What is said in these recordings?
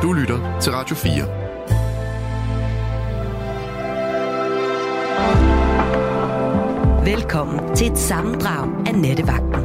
Du lytter til Radio 4. Velkommen til et sammendrag af Nattevagten.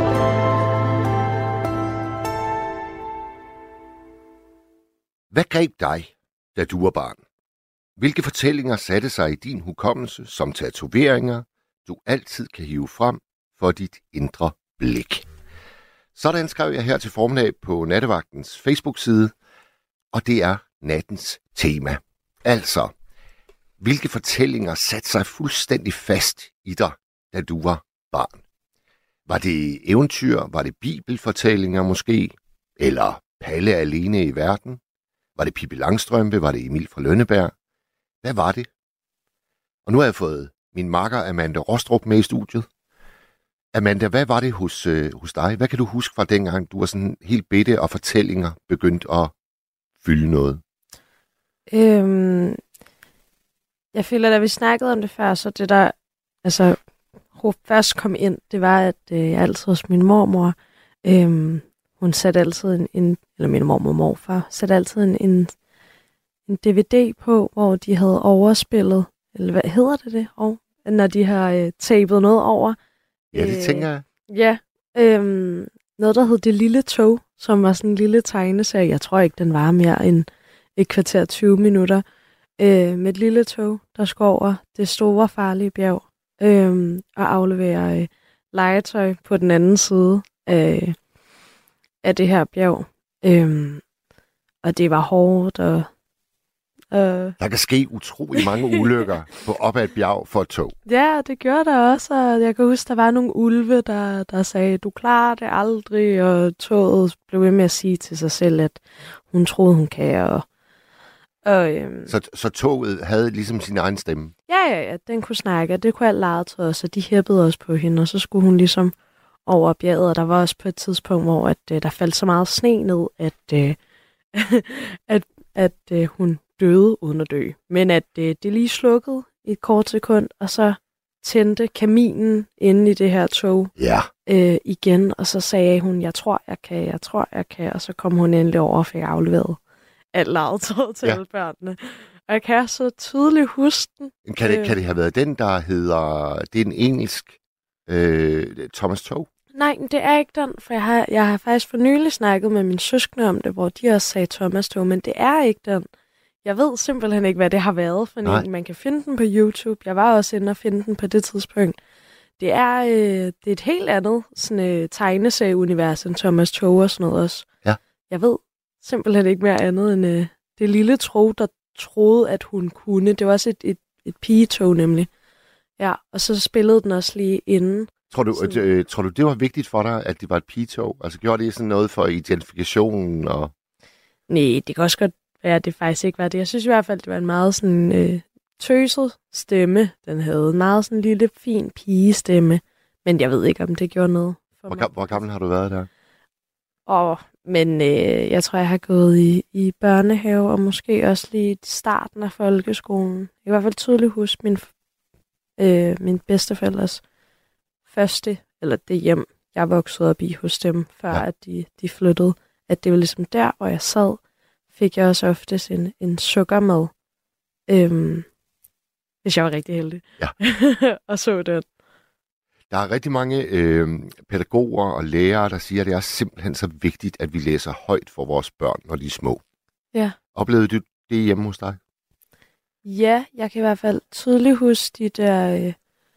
Hvad greb dig, da du var barn? Hvilke fortællinger satte sig i din hukommelse som tatoveringer, du altid kan hive frem for dit indre blik? Sådan skrev jeg her til formiddag på Nattevagtens Facebook-side, og det er nattens tema. Altså, hvilke fortællinger satte sig fuldstændig fast i dig, da du var barn? Var det eventyr? Var det bibelfortællinger måske? Eller Palle alene i verden? Var det Pippi Langstrømpe? Var det Emil fra Lønneberg? Hvad var det? Og nu har jeg fået min makker Amanda Rostrup med i studiet. Amanda, hvad var det hos dig? Hvad kan du huske fra dengang, du var sådan helt bitte, og fortællinger begyndte at fylde noget? Jeg føler, da vi snakkede om det før, så det der først kom ind, det var, at jeg altid hos min mormor, hun satte altid eller min mormor og morfar, satte altid en DVD på, hvor de havde overspillet, eller hvad hedder det? Og når de har tapet noget over. Ja, det tænker jeg. Ja, noget, der hed Det Lille Tog, som var sådan en lille tegneserie. Jeg tror ikke, den var mere end et kvarter 20 minutter. Med et lille tog, der skulle over det store farlige bjerg og aflevere legetøj på den anden side af det her bjerg. Og det var hårdt. Der kan ske utrolig mange ulykker på op ad et bjerg for et tog. Ja, det gjorde der også. Og jeg kan huske, der var nogle ulve, der sagde, du klarer det aldrig. Og toget blev ved med at sige til sig selv, at hun troede, hun kan. Så toget havde ligesom sin egen stemme? Ja, den kunne snakke, og det kunne alt legetøj også, og de hæppede også på hende, og så skulle hun ligesom over bjerget, og der var også på et tidspunkt, hvor der faldt så meget sne ned, at hun døde uden at dø. Men at det lige slukkede i et kort sekund, og så tændte kaminen inde i det her tog igen, og så sagde hun, jeg tror, jeg kan, og så kom hun endelig over og fik afleveret alt legetøjet til alle børnene. Og jeg kan så tydeligt huske den. Kan det have været den, der hedder... Det er en engelsk Thomas Tog? Nej, det er ikke den, for jeg har faktisk for nylig snakket med mine søskende om det, hvor de også sagde Thomas Tog, men det er ikke den. Jeg ved simpelthen ikke, hvad det har været for en. Man kan finde den på YouTube. Jeg var også inde og finde den på det tidspunkt. Det er et helt andet tegneserieunivers end Thomas Tog og sådan noget også. Ja. Jeg ved simpelthen ikke mere andet end det lille tog, der troede, at hun kunne. Det var også et pigetog nemlig. Ja, og så spillede den også lige inden. Tror du, det var vigtigt for dig, at det var et pigetog? Altså gjorde det sådan noget for identifikationen? Og... Nej, det kan også godt være, at det faktisk ikke var det. Jeg synes i hvert fald, det var en meget sådan tøset stemme, den havde. En meget sådan lille, fin pigestemme. Men jeg ved ikke, om det gjorde noget for mig. Hvor gammel har du været der? Men jeg tror, jeg har gået i børnehave, og måske også lige i starten af folkeskolen. Jeg kan i hvert fald tydeligt huske min bedsteforældres første, eller det hjem, jeg voksede op i hos dem, før at de flyttede. At det var ligesom der, hvor jeg sad, fik jeg også oftest en sukkermad, hvis jeg var rigtig heldig. Ja. Og så den. Der er rigtig mange pædagoger og lærere, der siger, at det er simpelthen så vigtigt, at vi læser højt for vores børn, når de er små. Ja. Oplevede du det hjemme hos dig? Ja, jeg kan i hvert fald tydeligt huske de der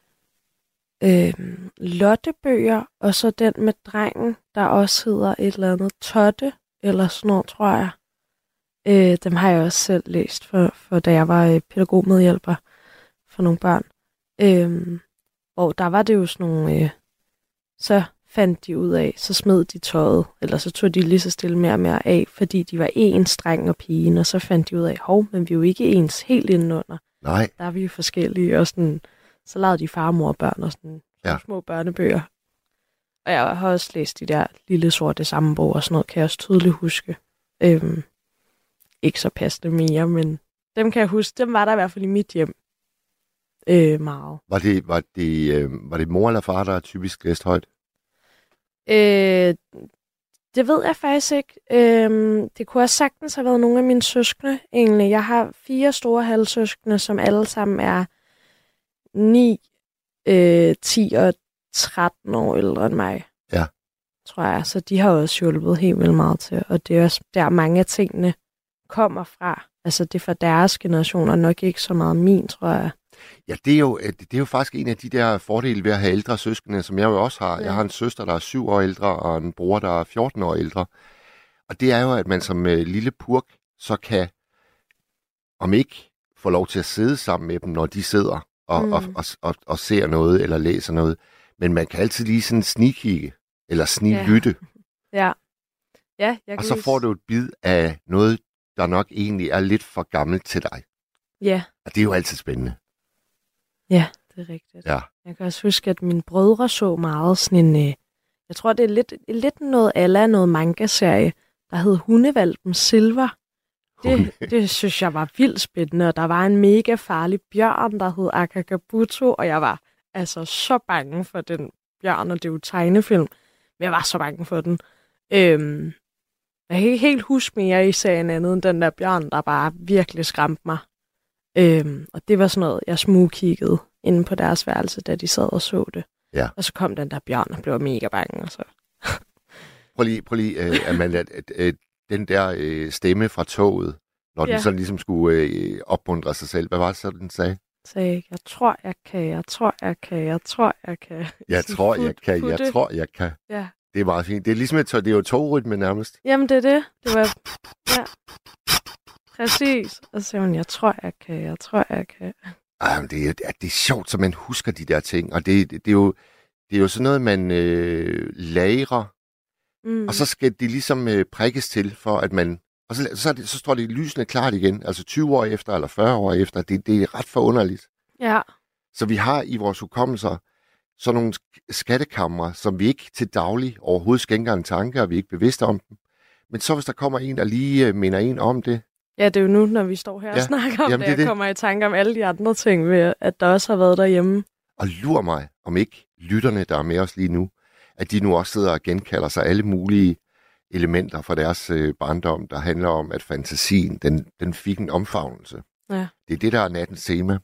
lottebøger, og så den med drengen, der også hedder et eller andet Totte, eller sådan noget, tror jeg. Dem har jeg også selv læst, for da jeg var pædagogmedhjælper for nogle børn. Og der var det jo sådan nogle, så fandt de ud af, så smed de tøjet, eller så tog de lige så stille mere og mere af, fordi de var ens, dreng og pigen, og så fandt de ud af, men vi er jo ikke ens helt indenunder. Nej. Der er vi jo forskellige, og sådan, så lavede de far, mor og børn og sådan små børnebøger. Og jeg har også læst de der lille sorte sammenbog og sådan noget, kan jeg også tydeligt huske. Ikke så passende mere, men dem kan jeg huske, dem var der i hvert fald i mit hjem. Meget. Var det mor eller far, der typisk læste højt? Det ved jeg faktisk ikke. Det kunne også sagtens have været nogle af mine søskende, egentlig. Jeg har 4 store halvsøskende, som alle sammen er 9, 10 og 13 år ældre end mig. Ja. Tror jeg. Så de har også hjulpet helt vildt meget til. Og det er også der mange af tingene kommer fra. Altså det er fra deres generation, og nok ikke så meget min, tror jeg. Ja, det er jo faktisk en af de der fordele ved at have ældre søskende, som jeg jo også har. Ja. Jeg har en søster, der er 7 år ældre, og en bror, der er 14 år ældre. Og det er jo, at man som lille purk, så kan, om ikke få lov til at sidde sammen med dem, når de sidder og ser noget, eller læser noget. Men man kan altid lige sådan snigkigge, eller sniglytte. Ja. Ja, jeg og så får du et bid af noget, der nok egentlig er lidt for gammelt til dig. Ja. Og det er jo altid spændende. Ja, det er rigtigt. Ja. Jeg kan også huske, at mine brødre så meget sådan en... jeg tror, det er lidt noget noget manga-serie, der hed Hundevalpen Silver. Det synes jeg var vildt spændende, og der var en mega farlig bjørn, der hed Akakabuto, og jeg var altså så bange for den bjørn, og det er jo tegnefilm, men jeg var så bange for den. Jeg kan ikke helt huske mere i serien andet end den der bjørn, der bare virkelig skræmte mig. Og det var sådan noget, jeg smugkiggede inde på deres værelse, da de sad og så det. Ja. Og så kom den der bjørn og blev mega bange. Og så. Prøv lige Amanda, den der stemme fra toget, når den sådan ligesom skulle opmuntre sig selv. Hvad var det så, den sagde? Sagde, jeg tror, jeg kan, jeg tror, jeg kan, jeg tror, jeg kan. Jeg tror, jeg kan, jeg tror, jeg kan. Ja. Det er meget fint. Det er ligesom det er jo togrytme nærmest. Jamen, det er det. Det var, ja. Præcis. Og så sagde hun, jeg tror, jeg kan, jeg tror, jeg kan. Ej, men det er sjovt, så man husker de der ting. Og det er jo sådan noget, man lagrer. Og så skal det ligesom prikkes til, for at man... Og så står det lysende klart igen. Altså 20 år efter, eller 40 år efter. Det er ret forunderligt. Ja. Så vi har i vores hukommelser sådan nogle skattekamre, som vi ikke til daglig overhovedet skænker en tanke, og vi er ikke bevidste om dem. Men så hvis der kommer en, der lige minder en om det. Ja, det er jo nu, når vi står her og snakker om det, jeg kommer i tanke om alle de andre ting, ved at der også har været derhjemme. Og lur mig, om ikke lytterne, der er med os lige nu, at de nu også sidder og genkalder sig alle mulige elementer fra deres barndom, der handler om, at fantasien, den fik en omfavnelse. Ja. Det er det, der er nattens tema.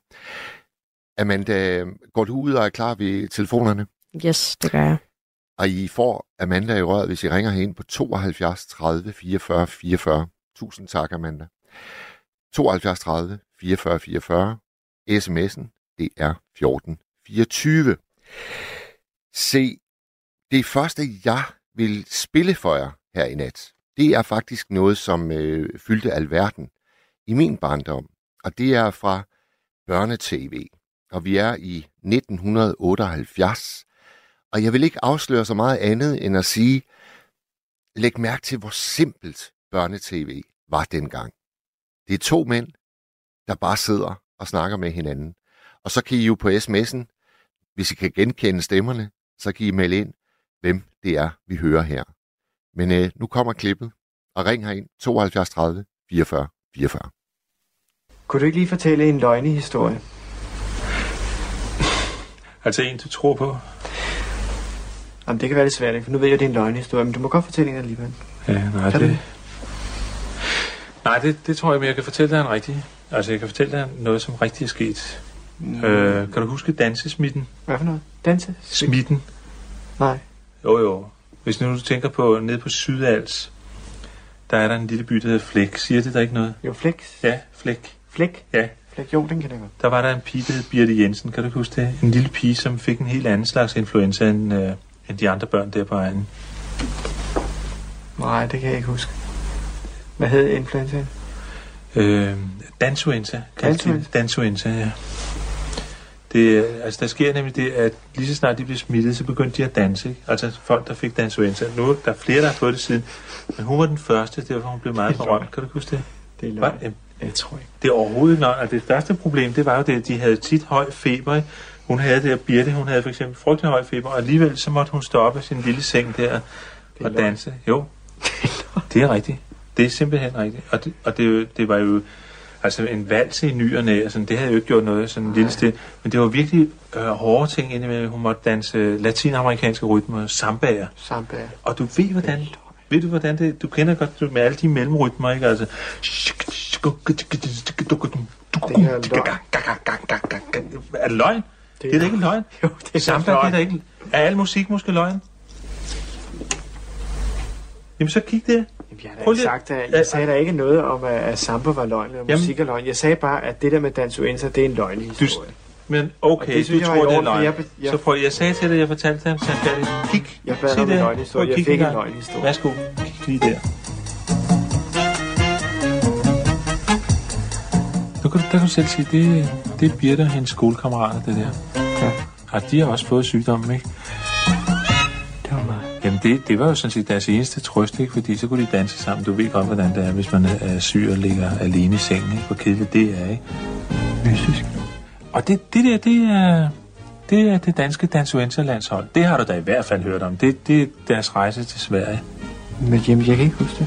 Amanda, går du ud og er klar ved telefonerne? Yes, det gør jeg. Og I får Amanda i røret, hvis I ringer herind på 72 30 44 44. Tusind tak, Amanda. 72 30 44 44. SMS'en, det er 1424. Se, det første, jeg vil spille for jer her i nat, det er faktisk noget, som fyldte alverden i min barndom. Og det er fra børnetv. Og vi er i 1978. Og jeg vil ikke afsløre så meget andet end at sige, læg mærke til, hvor simpelt børnetv var dengang. Det er 2 mænd, der bare sidder og snakker med hinanden. Og så kan I jo på sms'en, hvis I kan genkende stemmerne, så kan I melde ind, hvem det er, vi hører her. Men nu kommer klippet, og ring herind 72 30 44 44. Kunne du ikke lige fortælle en løgnehistorie? Altså en, du tror på? Jamen, det kan være lidt svært, for nu ved jeg, at det er en løgnehistorie, men du må godt fortælle en alligevel. Ja, det tror jeg, men jeg kan fortælle dig en rigtig. Altså, jeg kan fortælle dig noget, som rigtig er sket. Kan du huske dansesmitten? Hvad for noget? Dansesmitten? Nej. Jo. Hvis nu du tænker på, nede på Sydals, der er der en lille by, der hedder Flæk. Siger det der ikke noget? Jo, Flæk. Ja, Flæk. Flæk? Ja. Flæk, jo, den kan jeg godt. Der var der en pige, der hed Birte Jensen. Kan du huske det? En lille pige, som fik en helt anden slags influenza end de andre børn der på egnen. Nej, det kan jeg ikke huske. Hvad hed influenzaen? Dansuenza. Dansuenza, ja. Der sker nemlig det, at lige så snart de blev smittet, så begyndte de at danse. Ikke? Altså folk, der fik dansuenza. Nu der er flere, der har fået det siden. Men hun var den første, derfor hun blev meget berømt. Kan du huske det? Det er løgn. Jeg tror ikke. Det er overhovedet ikke. Og det største problem, det var jo det, at de havde tit høj feber. Ikke? Hun havde det, og Birte, hun havde for eksempel frygtelig høj feber, og alligevel så måtte hun stå op af sin lille seng der og danse. Jo, det er rigtigt. Det er simpelthen rigtigt. Og det var jo altså en vals i ny og næ, altså, det havde jo ikke gjort noget sådan en lille sted. Men det var virkelig hårde ting indimellem. Hun måtte danse latinamerikanske rytmer, sambaer. Sambaer. Og du ved, hvordan Ved du, hvordan det... Du kender godt med alle de mellemrytmer, ikke? Altså... Er det løgn? Det er da ikke løgn. Jo, det er Samba, det er da ikke... Er al musik måske løgn? Jamen, så kig der. Jeg har da ikke sagt, at jeg sagde da ikke noget om, at samba var løgn, eller musik er løgn. Jeg sagde bare, at det der med dansuenza, det er en løgnlig historie. Men okay, det du tror, det er løgn. Så prøv, jeg sagde til dig, jeg fortalte dig, kig. Jeg bad om en løgnhistorie. Jeg fik en løgnhistorie. Værsgo, kig lige der. Der kan du selv sige, det er Birte og hendes skolekammerater, det der. Ja. Og de har også fået sygdommen, ikke? Det var mig. Jamen, det var jo sådan set deres eneste trøst, ikke? Fordi så kunne de danse sammen. Du ved godt, hvordan det er, hvis man er syg og ligger alene i sengen, ikke? Hvor kedeligt det er, ikke? Mystisk. Og det er det danske dansuenza-landshold. Det har du da i hvert fald hørt om. Det er deres rejse til Sverige. Men jamen, jeg kan ikke huske det.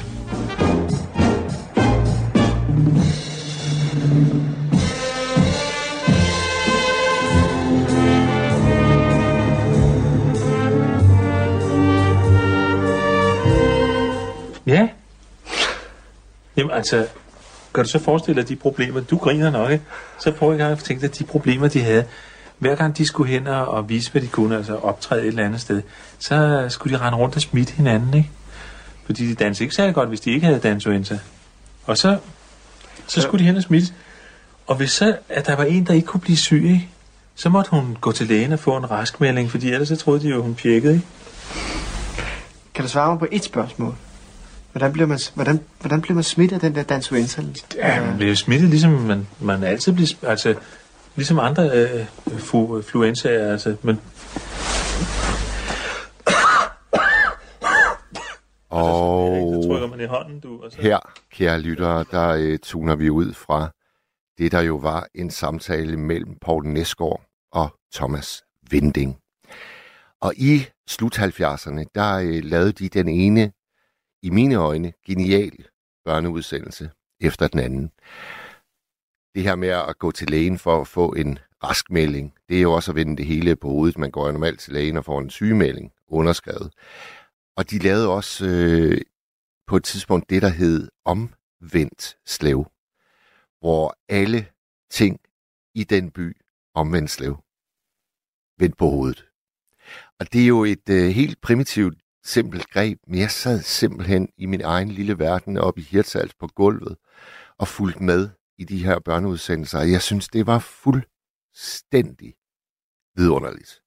Ja. Jamen altså, kan du så forestille dig de problemer, du griner nok, ikke? Så prøv ikke at tænke dig de problemer, de havde. Hver gang de skulle hen og vise, hvad de kunne, altså optræde et eller andet sted, så skulle de rende rundt og smitte hinanden, ikke? Fordi de dansede ikke særlig godt, hvis de ikke havde dansuenza. Og så skulle de hen og smitte. Og hvis så, at der var en, der ikke kunne blive syg, ikke? Så måtte hun gå til lægen og få en raskmelding, fordi ellers så troede de jo, hun pjekkede, ikke? Kan du svare mig på et spørgsmål? Hvordan bliver man smittet af den der dansuenza? Ja, man bliver smittet, ligesom man altid bliver altså ligesom andre fluenzaer, altså, men... Og så trykker man i hånden, du. Og så... Her, kære lyttere, der tuner vi ud fra det, der jo var en samtale mellem Poul Nesgaard og Thomas Winding. Og i slut 70'erne, der lavede de den ene, i mine øjne, genial børneudsendelse efter den anden. Det her med at gå til lægen for at få en raskmelding, det er jo også at vende det hele på hovedet. Man går jo normalt til lægen og får en sygemelding underskrevet. Og de lavede også på et tidspunkt det, der hed omvendt Slev, hvor alle ting i den by omvendt Slev vendt på hovedet. Og det er jo et helt primitivt, simpelt greb, men jeg sad simpelthen i min egen lille verden oppe i Hirtshals på gulvet og fulgte med i de her børneudsendelser. Jeg synes, det var fuldstændig vidunderligt.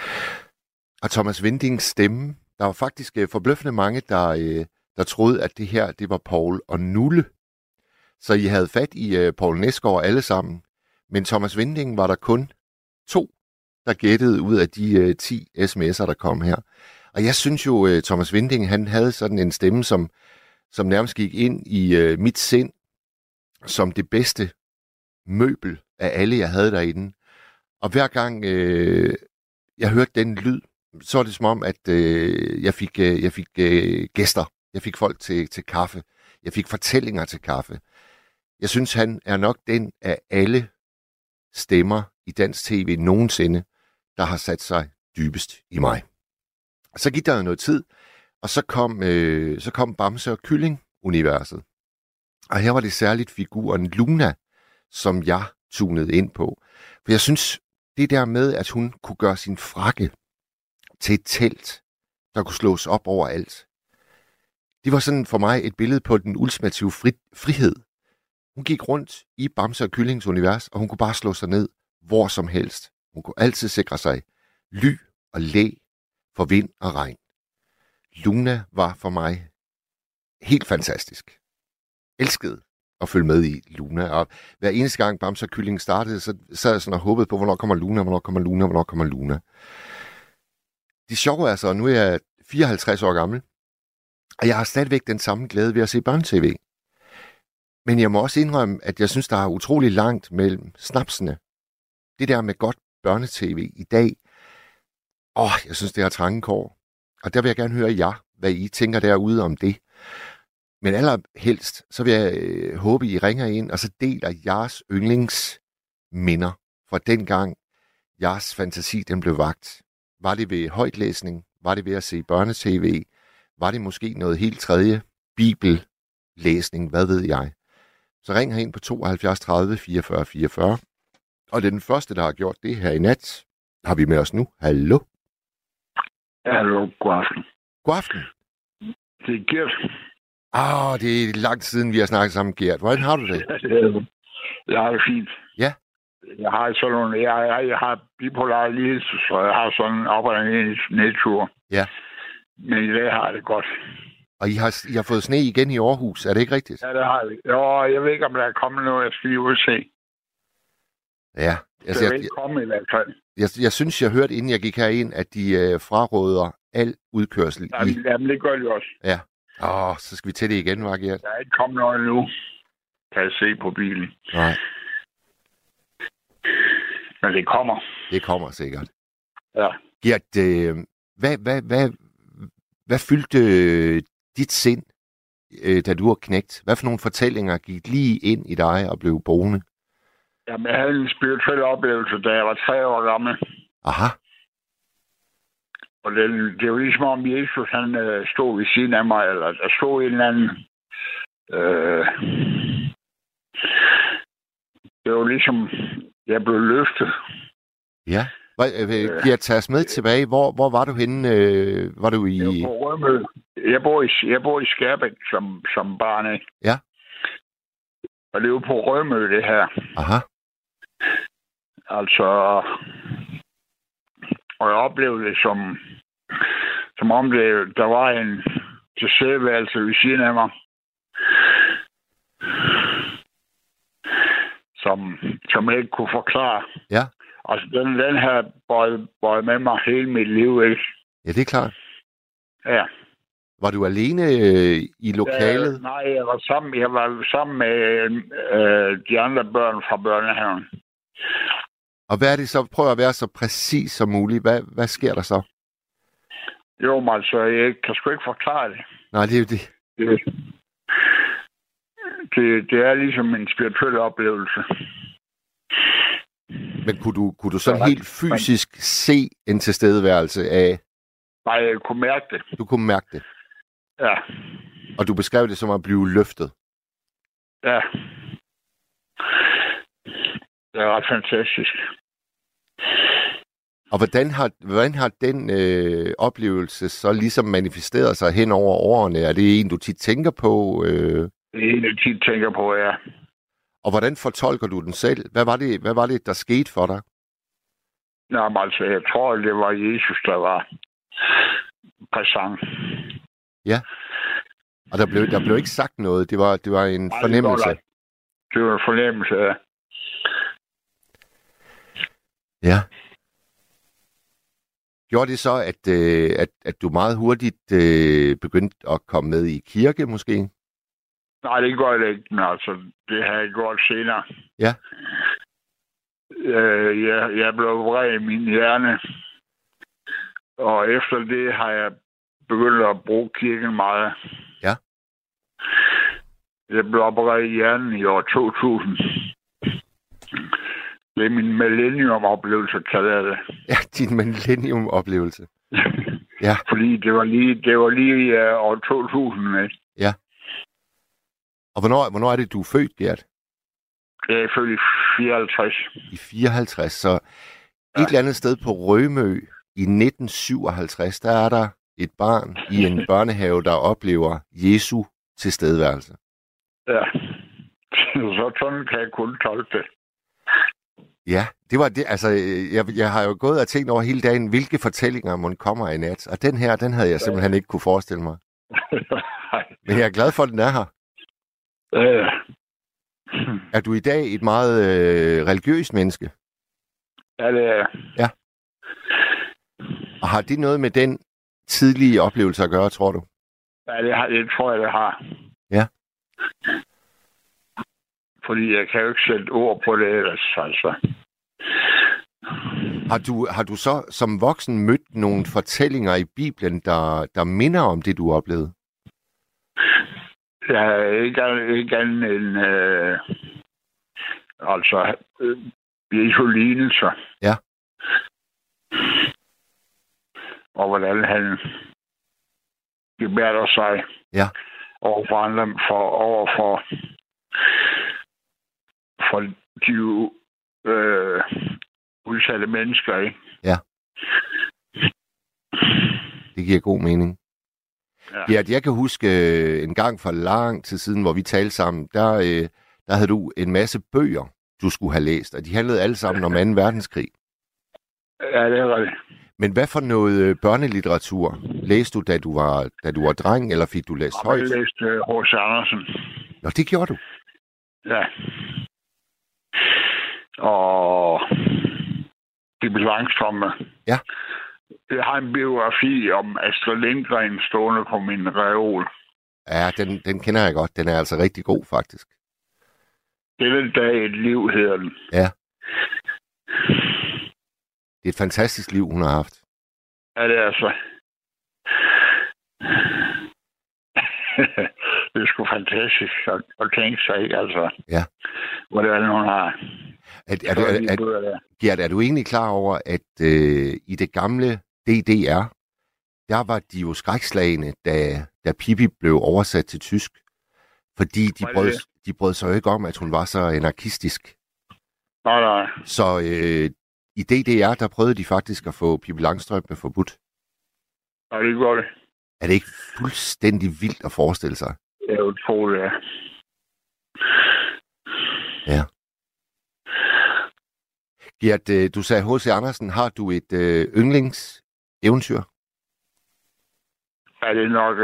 Og Thomas Windings stemme, der var faktisk forbløffende mange, der troede, at det her, det var Poul og Nulle. Så I havde fat i Poul Nesgaard alle sammen, men Thomas Winding var der kun 2, der gættede ud af de 10 sms'er, der kom her. Og jeg synes jo, Thomas Winding, han havde sådan en stemme, som nærmest gik ind i mit sind, som det bedste møbel af alle, jeg havde derinde. Og hver gang jeg hørte den lyd, så var det som om, at jeg fik gæster. Jeg fik folk til kaffe. Jeg fik fortællinger til kaffe. Jeg synes, han er nok den af alle stemmer i dansk tv nogensinde, der har sat sig dybest i mig. Så gik der jo noget tid, og så kom Bamse og Kylling-universet. Og her var det særligt figuren Luna, som jeg tunede ind på. For jeg synes, det der med, at hun kunne gøre sin frakke til et telt, der kunne slås op overalt, det var sådan for mig et billede på den ultimative frihed. Hun gik rundt i Bamse og Kyllings univers, og hun kunne bare slå sig ned hvor som helst. Hun kunne altid sikre sig ly og læ for vind og regn. Luna var for mig helt fantastisk. Elskede at følge med i Luna, og hver eneste gang Bamse og Kylling startede, så sad jeg sådan og håbede på, hvornår kommer Luna. Det sjove er så, nu er jeg 54 år gammel, og jeg har stadigvæk den samme glæde ved at se børne-tv. Men jeg må også indrømme, at jeg synes, der er utrolig langt mellem snapsene. Det der med godt børne-tv i dag, jeg synes, det har trange kår. Og der vil jeg gerne høre jer, hvad I tænker derude om det. Men allerhelst, så vil jeg håbe, I ringer ind, og så deler jeres yndlingsminder fra dengang jeres fantasi den blev vagt. Var det ved højtlæsning? Var det ved at se børne-tv? var det måske noget helt tredje? Bibellæsning, hvad ved jeg? Så ring herind på 72 30 44 44. Og det er den første, der har gjort det her i nat. Har vi med os nu? Hallo? Hallo, god aften. God aften. Det er Gert. Det er lang tid siden, vi har snakket sammen, Gert. Hvordan har du det? Jeg har det fint. Ja. Jeg har bipolar lidelse, så jeg har sådan en op- og nedtur. Ja. Men i dag har jeg det godt. Og I har fået sne igen i Aarhus, er det ikke rigtigt? Ja, det har jeg. Jo, jeg ved ikke, om der er kommet noget, jeg skal lige ud og se. Ja. Altså, det vil ikke komme i hvert fald. Jeg synes, jeg hørte, inden jeg gik herind, at de fraråder al udkørsel. Jamen, det gør de også. Ja. Så skal vi til det igen, var Gert? Der er ikke kommet noget endnu, kan jeg se på bilen. Nej. Men det kommer. Det kommer sikkert. Ja. Gert, hvad fyldte dit sind, da du var knægt? Hvad for nogle fortællinger gik lige ind i dig og blev boende? Jamen, jeg havde en spirituel oplevelse, da jeg var 3 år gammel. Aha. Og det var ligesom om Jesus, han stod ved siden af mig, eller der stod en eller anden... det var ligesom, jeg blev løftet. Ja. Gert, tage os med tilbage. Hvor var du henne? Var du i... Jeg var på Rømø. Jeg bor i Skærbæk som barn af. Ja. Og det var på Rømø, det her. Aha. Altså... Og jeg oplevede det som om der var en tilstedeværelse ved siden af mig. Som jeg ikke kunne forklare. Ja. Altså, den her bøjet med mig hele mit liv, ikke? Ja, det er klart. Ja. Var du alene i lokalet? Nej, jeg var sammen med de andre børn fra børnehaven. Og hvad er det så? Prøv at være så præcis som muligt. Hvad sker der så? Jo, men altså, jeg kan sgu ikke forklare det. Nej, det er jo det. Det er ligesom en spirituel oplevelse. Men kunne du sådan helt fysisk se en tilstedeværelse af... Nej, jeg kunne mærke det. Du kunne mærke det? Ja. Og du beskrev det som at blive løftet? Ja. Det er ret fantastisk. Og hvordan har den oplevelse så ligesom manifesteret sig hen over årene? Er det en, du tit tænker på? Det er en, jeg tit tænker på, ja. Og hvordan fortolker du den selv? Hvad var det, der skete for dig? Jamen altså, jeg tror, det var Jesus, der var præsent. Ja. Og der blev ikke sagt noget. Det var en fornemmelse. Det var en fornemmelse, ja. Ja. Gjorde det så, at du meget hurtigt begyndte at komme med i kirke, måske? Nej, det gør det ikke, men altså, det har jeg gjort senere. Ja. Jeg blev opereret i min hjerne, og efter det har jeg begyndt at bruge kirken meget. Ja. Jeg blev opereret i hjernen i år 2000. Det er min millennium-oplevelse, kalder jeg det. Ja, din millennium-oplevelse. Ja. Fordi det var lige i år 2000, ikke? Ja. Og hvornår er det, du er født, Gert? Jeg er født i 54. I 54, så et eller andet sted på Rømø i 1957, der er der et barn i en børnehave, der oplever Jesu tilstedeværelse. Ja, så sådan kan jeg kun tolke det. Ja, det var det. Altså, jeg har jo gået og tænkt over hele dagen, hvilke fortællinger man kommer i nat. Og den her, den havde jeg simpelthen ikke kunne forestille mig. Men jeg er glad for, at den er her. Er du i dag et meget religiøst menneske? Ja, det er jeg. Ja. Og har det noget med den tidlige oplevelse at gøre, tror du? Ja, det tror jeg, det har. Ja. Fordi jeg kan jo ikke sætte ord på det ellers, altså. Har du så som voksen mødt nogle fortællinger i Bibelen, der minder om det, du oplevede? Jeg er ikke andet end Jesu lignelser. Ja. Og hvordan han gebærder sig over for andre, for de udsatte mennesker, ikke? Ja. Det giver god mening. Ja. Gert, jeg kan huske en gang for lang tid siden, hvor vi talte sammen, der havde du en masse bøger, du skulle have læst, og de handlede alle sammen om 2. verdenskrig. Ja, det er rigtigt. Men hvad for noget børnelitteratur læste du, da du var dreng, eller fik du læst højt? Jeg læste H.C. Andersen. Nå, det gjorde du? Ja. Og Pippi Langstrømpe. Ja. Jeg har en biografi om Astrid Lindgren stående på min reol. Ja, den kender jeg godt. Den er altså rigtig god, faktisk. Denne dag et liv, hedder den. Ja. Det er et fantastisk liv, hun har haft. Ja, det er altså. Det er sgu fantastisk at tænke sig, ikke? Altså, ja. Hvordan hun har. Gert, er du egentlig klar over, at i det gamle DDR, der var de jo skrækslagene, da Pippi blev oversat til tysk? Fordi de brød sig jo ikke om, at hun var så anarkistisk. Nej. Så i DDR, der prøvede de faktisk at få Pippi Langstrømpe forbudt. Ja, det gør det. Er det ikke fuldstændig vildt at forestille sig? Det er utroligt, ja. Ja. Gert, du sagde H.C. Andersen. Har du et yndlingseventyr? Ja, det er nok...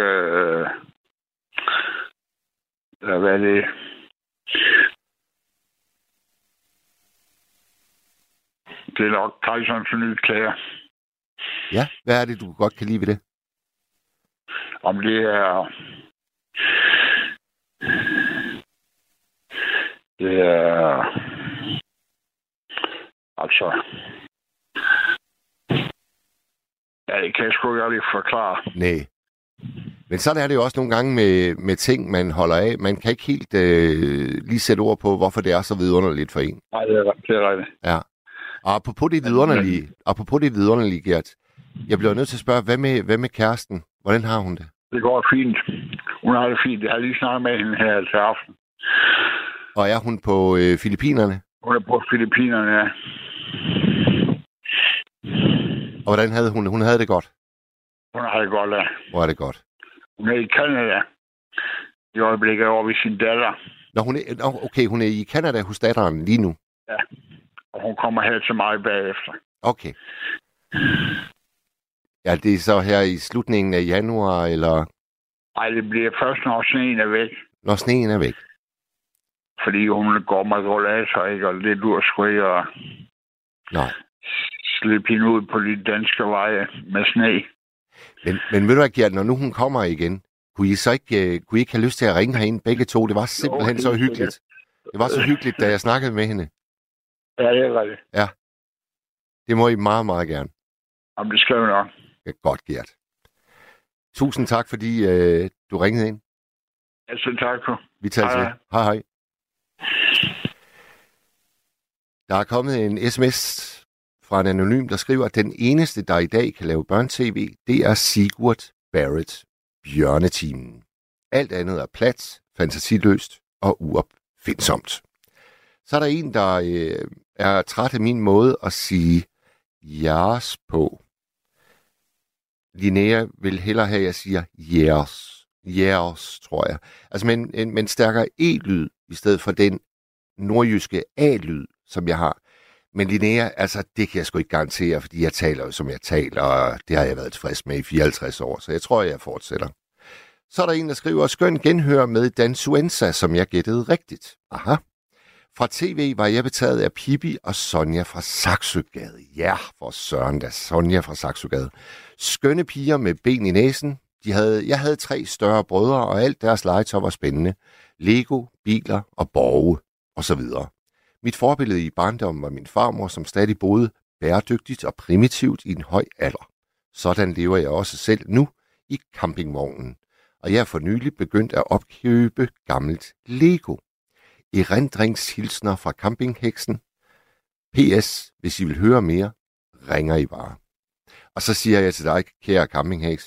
hvad er det? Det er nok Kejserens nye klæder. Ja, hvad er det, du godt kan lide ved det? Om det er... Det er... Altså... Ja, det kan jeg sgu ikke lige forklare. Nej. Men sådan er det jo også nogle gange med ting, man holder af. Man kan ikke helt lige sætte ord på, hvorfor det er så vidunderligt for en. Nej, det er rigtigt. Ja. Og apropos det vidunderlige, Gert, jeg bliver nødt til at spørge, hvad med kæresten? Hvordan har hun det? Det går fint. Hun har det fint. Jeg har lige snakket med hende her til aften. Og er hun på Filippinerne? Hun er på Filippinerne, ja. Og hvordan havde hun? Hun havde det godt? Hun har det godt, ja. Hvor er det godt? Hun er i Canada. I øjeblikket over ved sin datter. Nå, hun er i Canada hos datteren lige nu? Ja. Og hun kommer her til mig bagefter. Okay. Ja, det er så her i slutningen af januar, eller? Nej, det bliver først, når sneen er væk. Når sneen er væk? Fordi hun går med rollator, ikke? Og det dur sgu ikke at slippe hende ud på de danske veje med sne. Men ved du hvad, Gert, når nu hun kommer igen, kunne I ikke have lyst til at ringe herinde begge to? Det var simpelthen så hyggeligt. Det var så hyggeligt, da jeg snakkede med hende. Ja, det er rigtigt. Ja. Det må I meget, meget gerne. Jamen, det skal vi nok. Ja, godt, Gert. Tusind tak, fordi du ringede ind. Ja, så tak for. Vi tager til. Hej. Der er kommet en sms fra en anonym, der skriver, at den eneste, der i dag kan lave børn-tv, det er Sigurd Barrett, Bjørnetimen. Alt andet er plat, fantasiløst og uopfindsomt. Så er der en, der er træt af min måde at sige jeres på. Linnea vil hellere have, at jeg siger jeres, tror jeg. Altså med en stærkere e-lyd, i stedet for den nordjyske a-lyd, som jeg har. Men Linnea, altså det kan jeg sgu ikke garantere, fordi jeg taler jo, som jeg taler, og det har jeg været tilfreds med i 54 år, så jeg tror, jeg fortsætter. Så er der en, der skriver, skøn genhør med Dansuenza, som jeg gættede rigtigt. Aha. Fra tv var jeg betaget af Pippi og Sonja fra Saxogade. Ja, for søren da, Sonja fra Saxogade. Skønne piger med ben i næsen. Jeg havde 3 større brødre, og alt deres legetøj var spændende. Lego, biler og borge, og så videre. Mit forbillede i barndommen var min farmor, som stadig boede bæredygtigt og primitivt i en høj alder. Sådan lever jeg også selv nu i campingvognen. Og jeg er for nylig begyndt at opkøbe gammelt Lego. Erindringshilsner fra campingheksen. PS, hvis I vil høre mere, ringer I bare. Og så siger jeg til dig, kære campingheks,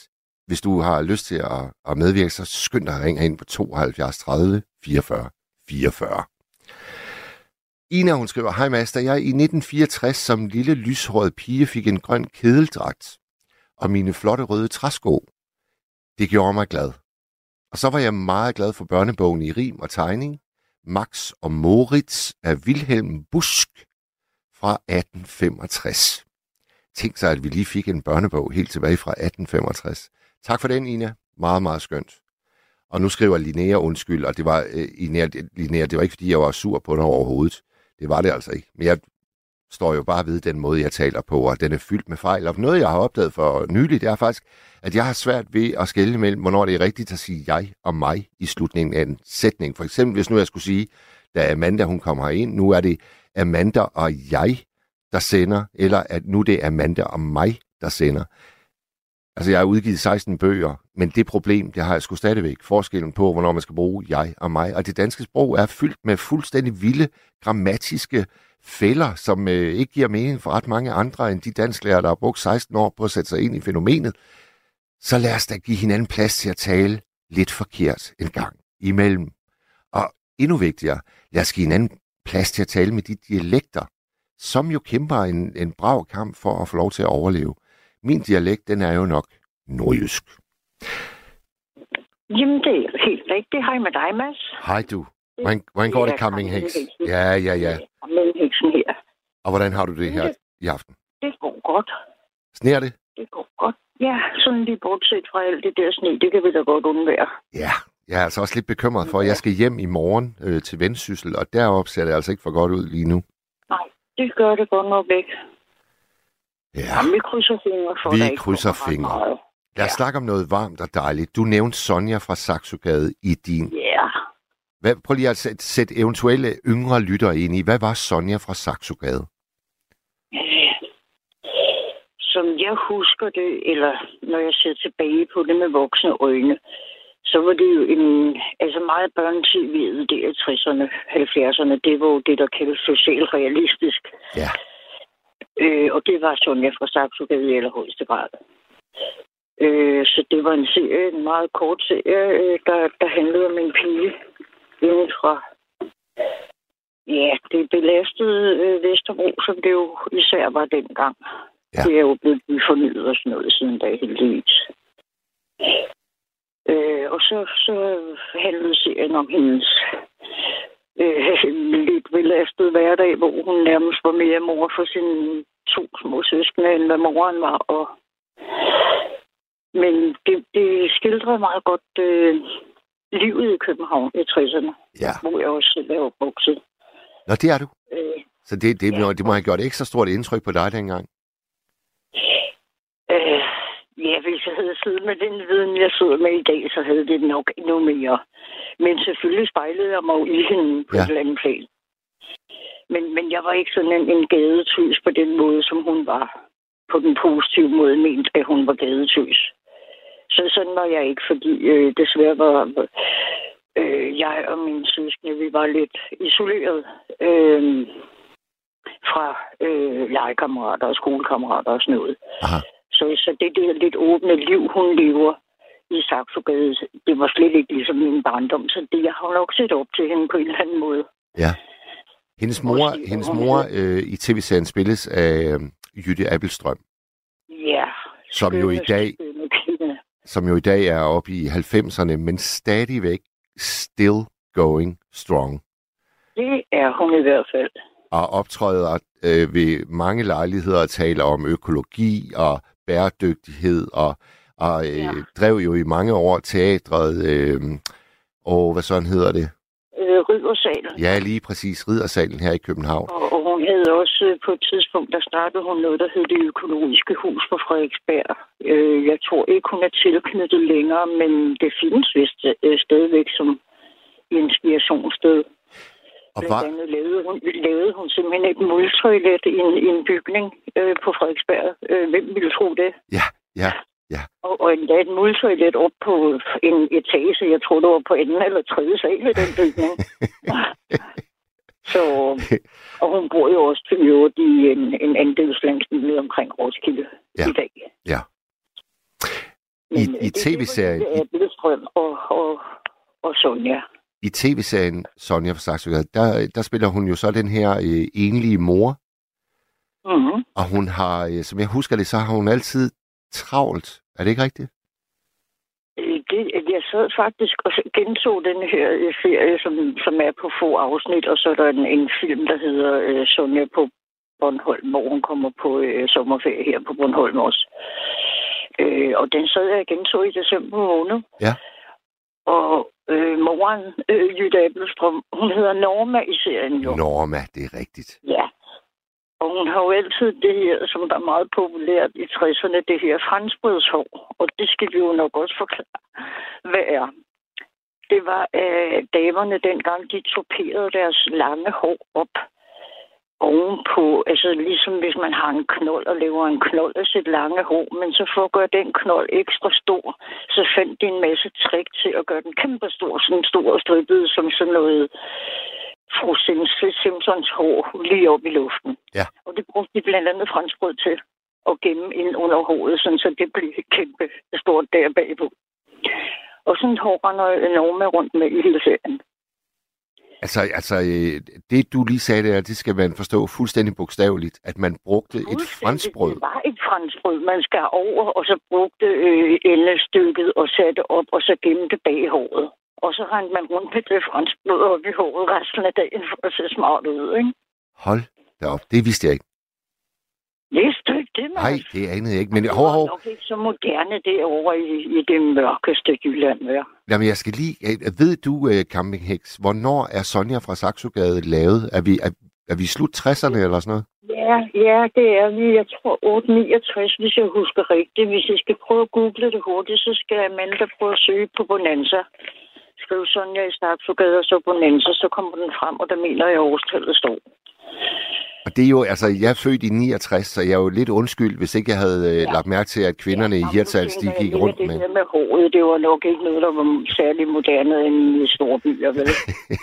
hvis du har lyst til at medvirke, så skynd dig at ringe ind på 72 30 44 44. Ina, hun skriver, hej Mads, da jeg i 1964 som lille lyshåret pige fik en grøn kedeldragt og mine flotte røde træsko, det gjorde mig glad. Og så var jeg meget glad for børnebogen i rim og tegning, Max og Moritz af Wilhelm Busch fra 1865. Tænk sig, at vi lige fik en børnebog helt tilbage fra 1865. Tak for den, Ina. Meget, meget skønt. Og nu skriver Linnea undskyld, og det var Linnea, det var ikke, fordi jeg var sur på dig overhovedet. Det var det altså ikke. Men jeg står jo bare ved den måde, jeg taler på, og den er fyldt med fejl. Og noget, jeg har opdaget for nylig, det er faktisk, at jeg har svært ved at skelne mellem, hvornår det er rigtigt at sige jeg og mig i slutningen af en sætning. For eksempel, hvis nu jeg skulle sige, da Amanda hun kommer herind, nu er det Amanda og jeg, der sender, eller at nu det er Amanda og mig, der sender. Altså, jeg har udgivet 16 bøger, men det problem, det har jeg sgu stadigvæk. Forskellen på, hvornår man skal bruge jeg og mig. Og det danske sprog er fyldt med fuldstændig vilde grammatiske fælder, som ikke giver mening for ret mange andre end de dansklærere, der har brugt 16 år på at sætte sig ind i fænomenet. Så lad os da give hinanden plads til at tale lidt forkert en gang imellem. Og endnu vigtigere, lad os give hinanden plads til at tale med de dialekter, som jo kæmper en brav kamp for at få lov til at overleve. Min dialekt, den er jo nok nordjysk. Jamen, det er helt rigtigt. Hej med dig, Mads. Hej du. Hvordan går det, campingheks? Ja. Campingheksen her. Og hvordan har du det her i aften? Det går godt. Sner det? Det går godt. Ja, sådan lige bortset fra alt det der sne, det kan vi da godt undvære. Ja, jeg er altså også lidt bekymret for, at jeg skal hjem i morgen til Vendsyssel, og deroppe ser det altså ikke for godt ud lige nu. Nej, det gør det godt nok ikke. Ja, jamen, vi krydser fingre for, vi krydser fingre. Lad os snakke om noget varmt og dejligt. Du nævnte Sonja fra Saxogade i din... Ja. Prøv lige at sætte eventuelle yngre lyttere ind i. Hvad var Sonja fra Saxogade? Som jeg husker det, eller når jeg ser tilbage på det med voksne øjne, så var det jo meget børne-tv'et der i 60'erne, 70'erne. Det var jo det, der kaldes socialrealistisk. Ja. Og det var Sonja fra Saxogade i allerhøjeste grad. Så det var en meget kort serie, der handlede om en pige inden fra det belastede Vesterbro, som det jo især var dengang. Ja. Det er jo blevet fornyet og sådan noget siden da, heldigvis. Og så handlede serien om hendes lidt belastede hverdag, hvor hun nærmest var mere mor for sine 2 små søskende, end hvad moren var. Men det skildrede meget godt livet i København i 60'erne, hvor jeg også selv er opvokset. Nå, det er du. Så det må have gjort ekstra stort indtryk på dig dengang? Hvis jeg havde siddet med den viden, jeg sidder med i dag, så havde det nok endnu mere. Men selvfølgelig spejlede jeg mig jo i hende på et eller andet plan. Men jeg var ikke sådan en gadetøs på den måde, som hun var. På den positive måde ment, at hun var gadetøs. Så sådan var jeg ikke, fordi desværre var jeg og mine søskende, vi var lidt isoleret fra legekammerater og skolekammerater og sådan noget. Aha. Så det der lidt åbne liv, hun lever i Saxogade, det var slet ikke ligesom min barndom. Så det, jeg har nok set op til hende på en eller anden måde. Ja. Hendes mor i tv-serien spilles af Jytte Abildstrøm. Ja. Som jo i dag er oppe i 90'erne, men stadigvæk still going strong. Det er hun i hvert fald. Og optræder ved mange lejligheder og taler om økologi og bæredygtighed, og drev jo i mange år teatret, hvad sådan hedder det? Riddersalen. Ja, lige præcis. Riddersalen her i København. Og hun havde også på et tidspunkt, der startede hun noget, der hed Det Økologiske Hus på Frederiksberg. Jeg tror ikke, hun er tilknyttet længere, men det findes vist stadigvæk som inspirationssted. Og blandt andet lavede hun simpelthen et multoilet i en bygning på Frederiksberg. Hvem ville tro det? Ja. Og endda et multoilet op på en etage. Jeg tror, det var på anden eller tredje sal i den bygning. Og hun bor jo også til øvrigt i en andelslandsby omkring Roskilde i dag. Ja. I tv-serien... Det er Billestrøm og Sonja. I tv-serien Sonja fra Saxogade, der spiller hun jo så den her enlige mor. Mm-hmm. Og hun har, som jeg husker det, så har hun altid travlt. Er det ikke rigtigt? Jeg sad faktisk og gentog den her serie, som er på få afsnit, og så er der en film, der hedder Sonja på Bornholm, hvor hun kommer på sommerferie her på Bornholm også. Og den sad jeg gentog i december måned. Ja. Og moren, Jytte Appelstrøm, hun hedder Norma i serien jo. Norma, det er rigtigt. Ja. Og hun har jo altid det her, som der er meget populært i 60'erne, det her franskbrødshår. Og det skal vi jo nok også forklare, hvad er. Det var damerne dengang, de toperede deres lange hår op ovenpå. Altså ligesom hvis man har en knold og laver en knold af sit lange hår. Men så for at gøre den knold ekstra stor, så fandt de en masse trick til at gøre den kæmpe stor. Sådan stor og strippet som sådan noget... fru Simpsons hår lige op i luften. Ja. Og det brugte de blandt andet franskbrød til at gemme ind under håret, sådan, så det blev kæmpe stort der bagpå. Og sådan hår render Norma rundt med i hele serien. Altså, det du lige sagde der, det skal man forstå fuldstændig bogstaveligt, at man brugte et franskbrød. Det var et franskbrød, man skar over, og så brugte endestykket og satte op, og så gemte bag håret. Og så rendte man rundt med det franskbrød op i håret resten af dagen for at se smart ud, ikke? Hold da op, det vidste jeg ikke. Vidste du ikke det, man? Nej, det anede jeg ikke, men det var nok ikke så moderne derovre i det mørkeste Jylland, ja. Jamen, jeg skal lige... Ved du, Campingheks, hvornår er Sonja fra Saxogade lavet? Er vi slut 60'erne eller sådan noget? Ja, det er vi. Jeg tror 869, hvis jeg husker rigtigt. Hvis jeg skal prøve at google det hurtigt, så skal Amanda prøve at søge på Bonanza. Skriv Sonja i Saxogade og så Bonanza, så kommer den frem, og der mener jeg, at årstallet står. Og det er jo, altså, jeg er født i 69, så jeg er jo lidt undskyld, hvis ikke jeg havde lagt mærke til, at kvinderne i Hirtshals, de gik rundt med... Det der med håret, det var nok ikke noget, der var særlig moderne end i store byer, vel?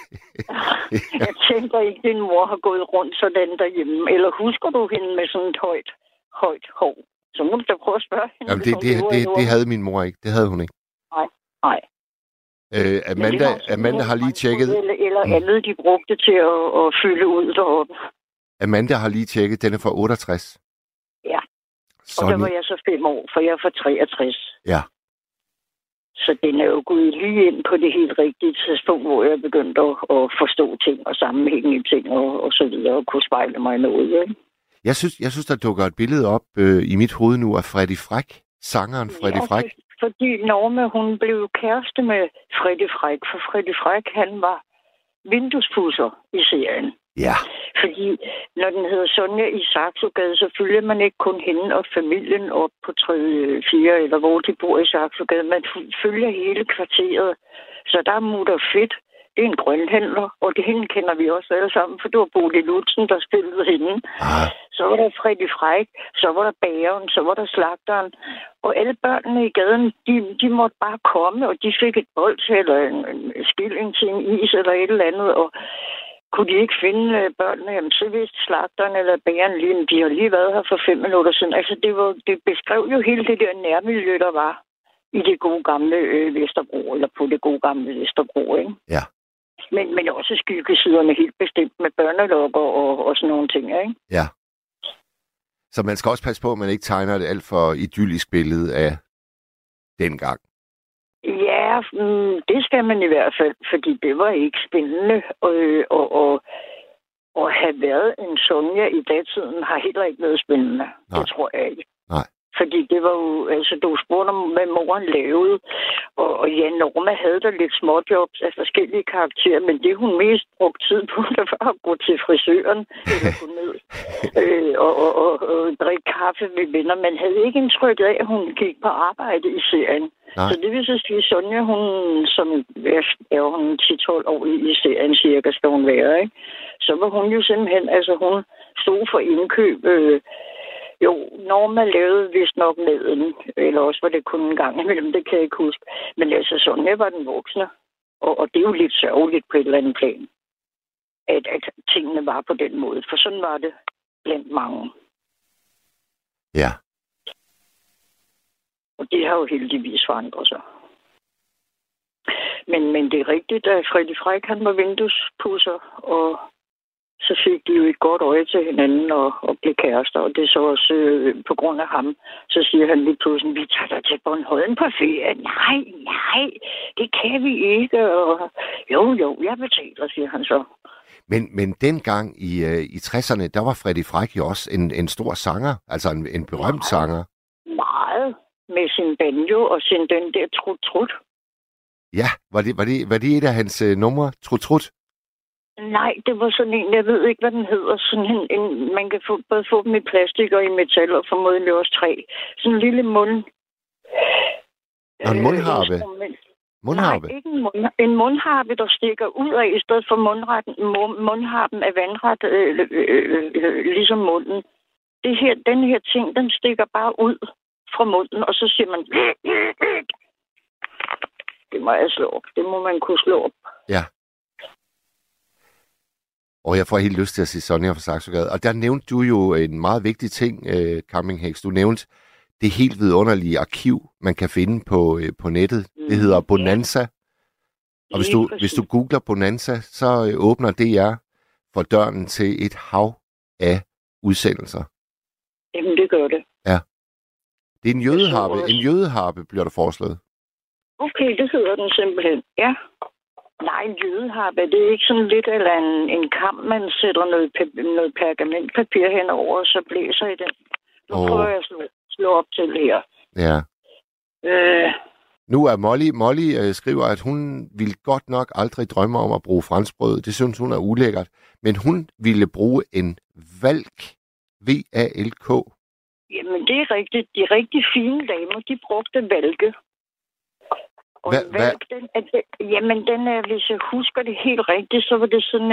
Jeg tænker ikke, at din mor har gået rundt sådan derhjemme. Eller husker du hende med sådan et højt hår? Så må du da prøve at spørge hende. Jamen, det havde min mor ikke. Det havde hun ikke. Nej. Amanda har lige tjekket... Eller andet, de brugte til at fylde ud deroppe. Amanda har lige tjekket, den er fra 68. Ja, og der var jeg så 5 år, for jeg er fra 63. Ja. Så den er jo gået lige ind på det helt rigtige tidspunkt, hvor jeg begyndte at forstå ting og sammenhænge i ting og så videre, og kunne spejle mig noget. Ikke? Jeg synes, der dukker et billede op i mit hoved nu af Freddy Fræk, sangeren Freddy Fræk. Fordi Norma, hun blev kæreste med Freddy Fræk, for Freddy Fræk, han var vinduespudser i serien. Ja. Fordi når den hedder Sonja i Saxogade, så følger man ikke kun hende og familien op på 3., 4. eller hvor de bor i Saxogade. Man følger hele kvarteret. Så der er Mutter Fedt. Det er en grønhandler, og det hende kender vi også alle sammen, for det var Bodil Lutzen, der spillede hende. Så var der Freddy Fræk, så var der bageren, så var der slagteren. Og alle børnene i gaden, de måtte bare komme, og de fik et bold eller en skilling til en is eller et eller andet, og kunne de ikke finde børnene, jamen så vidste slagteren eller bageren lige, de har lige været her for 5 minutter siden. Altså det beskrev jo hele det der nærmiljø, der var i det gode gamle Vesterbro, eller på det gode gamle Vesterbro, ikke? Ja. Men også skyggesiderne helt bestemt med børnelokker og sådan nogle ting, ikke? Ja. Så man skal også passe på, at man ikke tegner et alt for idyllisk billede af dengang. Ja, det skal man i hvert fald, fordi det var ikke spændende. Og have været en Sonja i datiden har heller ikke været spændende. Nej. Det tror jeg ikke. Nej. Fordi det var jo, altså du spurgte om, hvad moren lavede. Og ja, Norma havde der lidt småjobs af forskellige karakterer, men det hun mest brugte tid på, det var at gå til frisøren eller gå ned og drikke kaffe med venner. Man havde ikke indtryk af, at hun gik på arbejde i serien. Nej. Så det vil så sige, Sonja, hun, som er hun 10-12 år i serien cirka, skal hun være, ikke? Så var hun jo simpelthen, altså hun stod for indkøb. Jo, Norma lavede vist nok maden, eller også var det kun en gang imellem, det kan jeg ikke huske. Men altså, Sonja var den voksne, og det er jo lidt sørgeligt på et eller andet plan, at tingene var på den måde, for sådan var det blandt mange. Ja. Og det har jo heldigvis forandret sig. Men det er rigtigt, at Freddy Fræk, han var vinduespudser, og så fik de jo et godt øje til hinanden og blev kærester. Og det er så også på grund af ham. Så siger han lige pludselig, vi tager dig til Bornholm på ferie. Nej, det kan vi ikke. Og, jo, jeg betaler, siger han så. Men dengang i 60'erne, der var Freddy Fræk jo også en stor sanger. Altså en berømt sanger. Meget. Med sin banjo og den der trut-trut. Ja, var det et af hans numre? Trut-trut? Nej, det var sådan en, jeg ved ikke, hvad den hedder. Sådan en man kan både få dem i plastik og i metal, og formodentlig også træ. Sådan en lille mund. En mundharpe? Mundharpe? Nej, ikke en mundharpe, der stikker ud af, i stedet for mundharpen er vandret, ligesom munden. Den her ting, den stikker bare ud fra munden, og så siger man... Det må jeg slå op. Det må man kunne slå op. Ja. Og jeg får helt lyst til at sige Sonja fra Saxogade. Og der nævnte du jo en meget vigtig ting, Camping Heks. Du nævnte det helt vidunderlige arkiv, man kan finde på nettet. Det hedder Bonanza. Og hvis du googler Bonanza, så åbner DR for døren til et hav af udsendelser. Jamen, det gør det. Ja. Det er en jødeharpe. En jødeharpe bliver der foreslået. Okay, det hedder den simpelthen. Ja. Nej, en jødeharpe, det er ikke sådan lidt eller en kam, man sætter noget pergamentpapir henover, og så blæser i den. Nu prøver jeg at slå op til her. Ja. Nu er Molly skriver, at hun ville godt nok aldrig drømme om at bruge franskbrød. Det synes hun er ulækkert. Men hun ville bruge en valk. V-A-L-K. Jamen, det er rigtigt. De rigtig fine damer, de brugte valke. Og valk, den er, hvis jeg husker det helt rigtigt, så var det sådan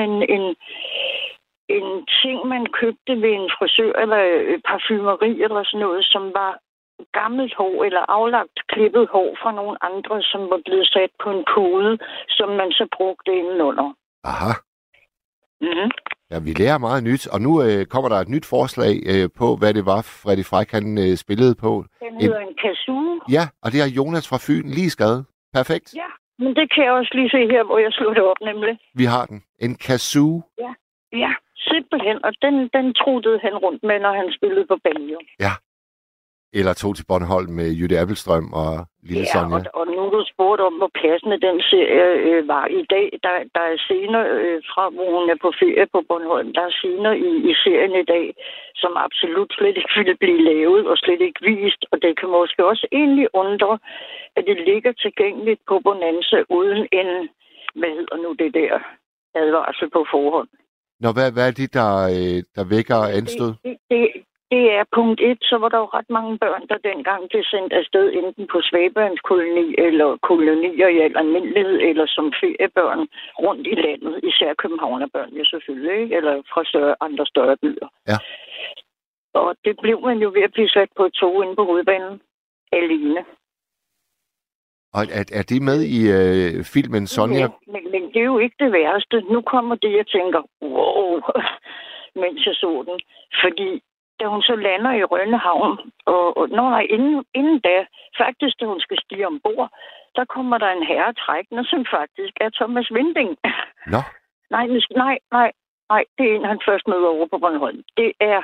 en ting, man købte ved en frisør eller parfumeri eller sådan noget, som var gammelt hår eller aflagt klippet hår fra nogle andre, som var blevet sat på en pude, som man så brugte indenunder. Aha. Mm-hmm. Ja, vi lærer meget nyt, og nu kommer der et nyt forslag på, hvad det var, Freddy Fræk han spillede på. Den hedder en kazoo. Ja, og det har Jonas fra Fyn lige skrevet. Perfekt. Ja, men det kan jeg også lige se her, hvor jeg slår det op nemlig. Vi har den. En kazoo. Ja, simpelthen. Og den truttede han rundt med, når han spillede på banjo. Ja. Eller tog til Bornholm med Jytte Appelstrøm og Lille Sonja. Ja, og nu du spurgt om, hvor passende den serie var i dag. Der er scener fra, hvor hun er på ferie på Bornholm. Der er scener i serien i dag, som absolut slet ikke ville blive lavet og slet ikke vist. Og det kan måske også egentlig undre, at det ligger tilgængeligt på Bonanza uden en, hvad hedder nu det der, advarsel på forhånd. Nå, hvad er det, der vækker anstød? Det er punkt 1, så var der jo ret mange børn, der dengang blev sendt afsted enten på svæbørnskoloni eller kolonier i al almindelighed, eller som feriebørn rundt i landet, især københavnerbørn jo selvfølgelig, ikke? Eller fra andre større byer. Ja. Og det blev man jo ved at blive sat på et tog inde på hovedbanen alene. Og er det med i filmen Sonja? Ja, men det er jo ikke det værste. Nu kommer det, jeg tænker, wow, mens jeg så den. Fordi da hun så lander i Rønnehavn, og inden da, faktisk da hun skal stige ombord, der kommer der en herre trækkende, som faktisk er Thomas Winding. Nå? Nej, det er en, han først møder over på Bornholm. Det er,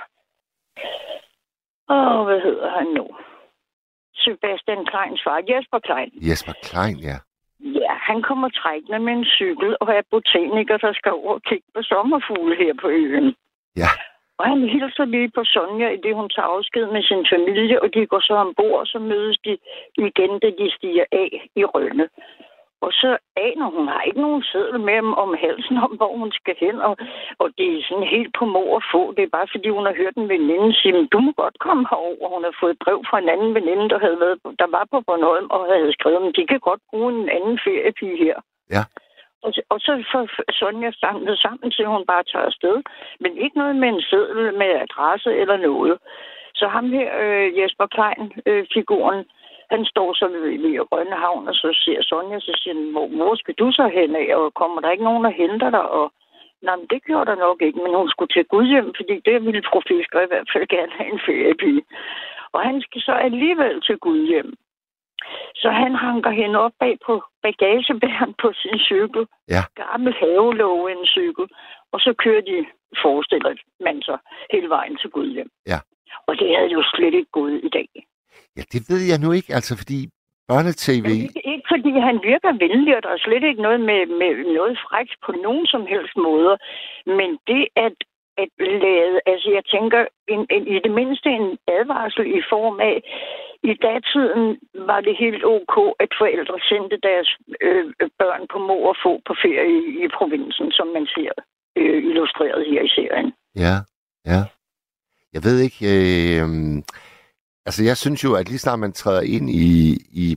hvad hedder han nu? Sebastian Kleins far, Jesper Klein. Jesper Klein, ja. Ja, han kommer trækkende med en cykel og er botaniker, der skal over og kigge på sommerfugle her på øen. Ja. Og han hilser lige på Sonja, i det hun tager afsked med sin familie, og de går så ombord, og så mødes de igen, da de stiger af i Rønne. Og så aner hun, har ikke nogen seddel med om halsen om, hvor hun skal hen, og det er sådan helt på mor at få. Det er bare fordi, hun har hørt en veninde sige, du må godt komme herover. Hun har fået et brev fra en anden veninde, der var på Bornholm, og havde skrevet, at de kan godt bruge en anden feriepige her. Ja. Og så får Sonja samlet sammen, til hun bare tager afsted. Men ikke noget med en seddel med adresse eller noget. Så ham her, Jesper Klein-figuren, han står så ved Rønnehavn, og så siger Sonja, så siger han, hvor skal du så hen af, og kommer der ikke nogen, der henter dig? Og nej, men det gjorde der nok ikke, men hun skulle til Gudhjem, fordi det ville fru Fisker i hvert fald gerne have en feriepige. Og han skal så alligevel til Gudhjem. Så han hanker hende op bag på bagagebæren på sin cykel. Ja. Gammel havelåge en cykel. Og så kører de, forestiller man så, hele vejen til Gudhjem. Ja. Og det havde jo slet ikke gået i dag. Ja, det ved jeg nu ikke, altså fordi børnetv... Ikke fordi han virker venlig, og der er slet ikke noget med noget frækt på nogen som helst måder. Men det at lade, altså jeg tænker, i det mindste en advarsel i form af, i datiden var det helt ok, at forældre sendte deres børn på mor og få på ferie i provinsen, som man ser illustreret her i serien. Ja. Jeg ved ikke... Altså, jeg synes jo, at lige snart man træder ind i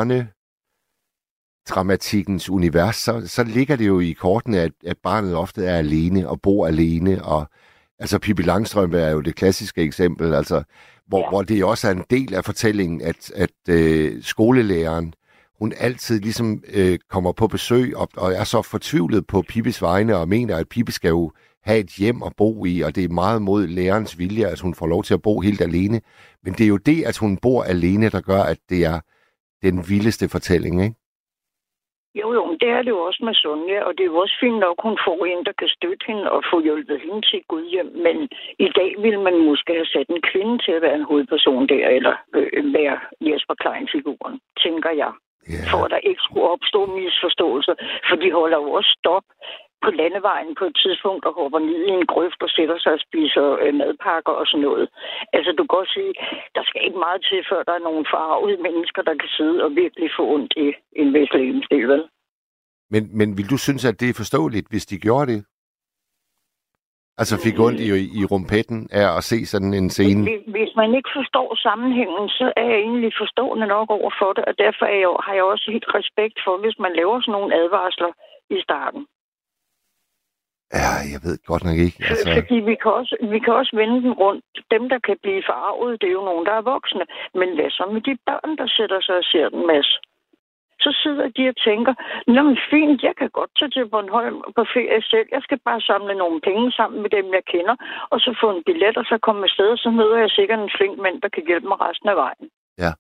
børnedramatikkens univers, så ligger det jo i kortene, at barnet ofte er alene og bor alene. Og, altså, Pippi Langstrømpe er jo det klassiske eksempel, altså, hvor det også er en del af fortællingen, at skolelæreren, hun altid ligesom kommer på besøg og er så fortvivlet på Pippis vegne og mener, at Pippi skal jo have et hjem at bo i, og det er meget mod lærerens vilje, at hun får lov til at bo helt alene. Men det er jo det, at hun bor alene, der gør, at det er den vildeste fortælling, ikke? Jo, det er det jo også med Sonja, og det er jo også fint nok, hun får en, der kan støtte hende og få hjulpet hende til Gudhjem. Men i dag vil man måske have sat en kvinde til at være en hovedperson der, eller være Jesper Klein-figuren, tænker jeg. Yeah. For at der ikke skulle opstå misforståelser, for de holder jo også stop på landevejen på et tidspunkt og hopper ned i en grøft og sætter sig og spiser madpakker og sådan noget. Altså, du kan godt sige, der skal ikke meget til, før der er nogle farvede mennesker, der kan sidde og virkelig få ondt i en vis levensdel, vel? Men vil du synes, at det er forståeligt, hvis de gjorde det? Altså fik ondt i rumpetten af at se sådan en scene? Hvis man ikke forstår sammenhængen, så er jeg egentlig forstående nok over for det, og derfor har jeg også helt respekt for, hvis man laver sådan nogle advarsler i starten. Ja, jeg ved godt nok ikke. Altså... Fordi vi kan også vende den rundt. Dem, der kan blive forarvet, det er jo nogen, der er voksne. Men hvad så med de børn, der sætter sig og ser den masse? Så sidder de og tænker, nå, men fint, jeg kan godt tage til Bornholm på ferie selv. Jeg skal bare samle nogle penge sammen med dem, jeg kender, og så få en billet, og så komme afsted, og så møder jeg sikkert en flink mand, der kan hjælpe mig resten af vejen. Ja.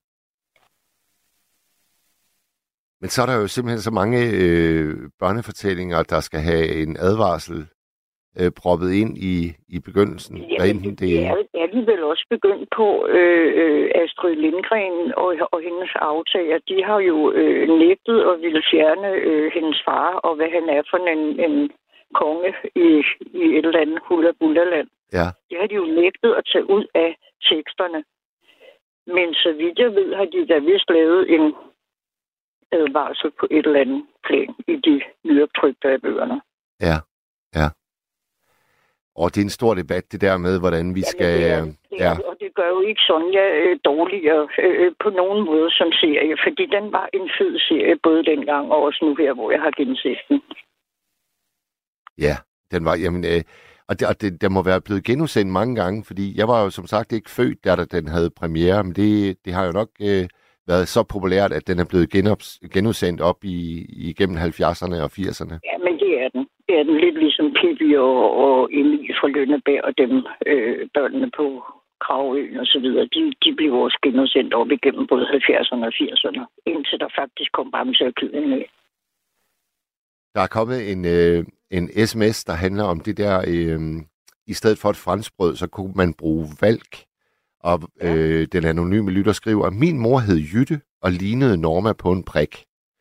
Men så er der jo simpelthen så mange børnefortællinger, der skal have en advarsel proppet ind i begyndelsen. Ja, det er de vel også begyndt på. Astrid Lindgren og hendes aftager, de har jo nægtet at ville fjerne hendes far, og hvad han er for en konge i et eller andet hula-bula-land. Ja. Det har de jo nægtet at tage ud af teksterne. Men så vidt jeg ved, har de da vist lavet en advarsel på et eller andet plan i de nyoptrykte af bøgerne. Ja. Og det er en stor debat, det der med, hvordan vi skal... Og det gør jo ikke Sonja dårligere på nogen måde som serie, fordi den var en fed serie, både dengang og også nu her, hvor jeg har genset den. Ja, den var... Jamen, der må være blevet genudsendt mange gange, fordi jeg var jo som sagt ikke født, da den havde premiere, men det har jo nok været så populært, at den er blevet genudsendt op igennem 70'erne og 80'erne. Ja, men det er den. Det er den lidt ligesom Pippi og Emil fra Lønneberg og dem børnene på Kravøen og så videre. De blev også genudsendt op igennem både 70'erne og 80'erne, indtil der faktisk kom Bamse og Kylling med. Der er kommet en sms, der handler om det der, i stedet for et franskbrød, så kunne man bruge valk. Og den anonyme lytter skriver, min mor hed Jytte og lignede Norma på en prik.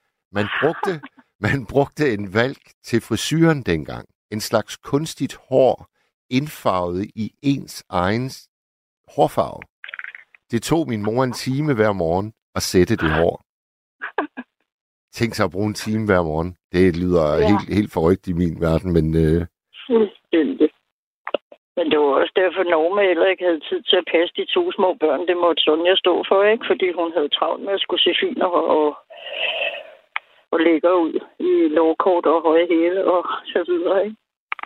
Man brugte en valk til frisyren dengang. En slags kunstigt hår, indfarvet i ens egen hårfarve. Det tog min mor en time hver morgen at sætte det hår. Tænk sig at bruge en time hver morgen. Det lyder helt forrygt i min verden, men... Fuldstændig. Men det var også derfor, Norma heller ikke havde tid til at passe de 2 små børn. Det måtte Sonja stå for, ikke? Fordi hun havde travlt med at skulle se film og lægge ud i lovkort og høje hæle og så videre, ikke?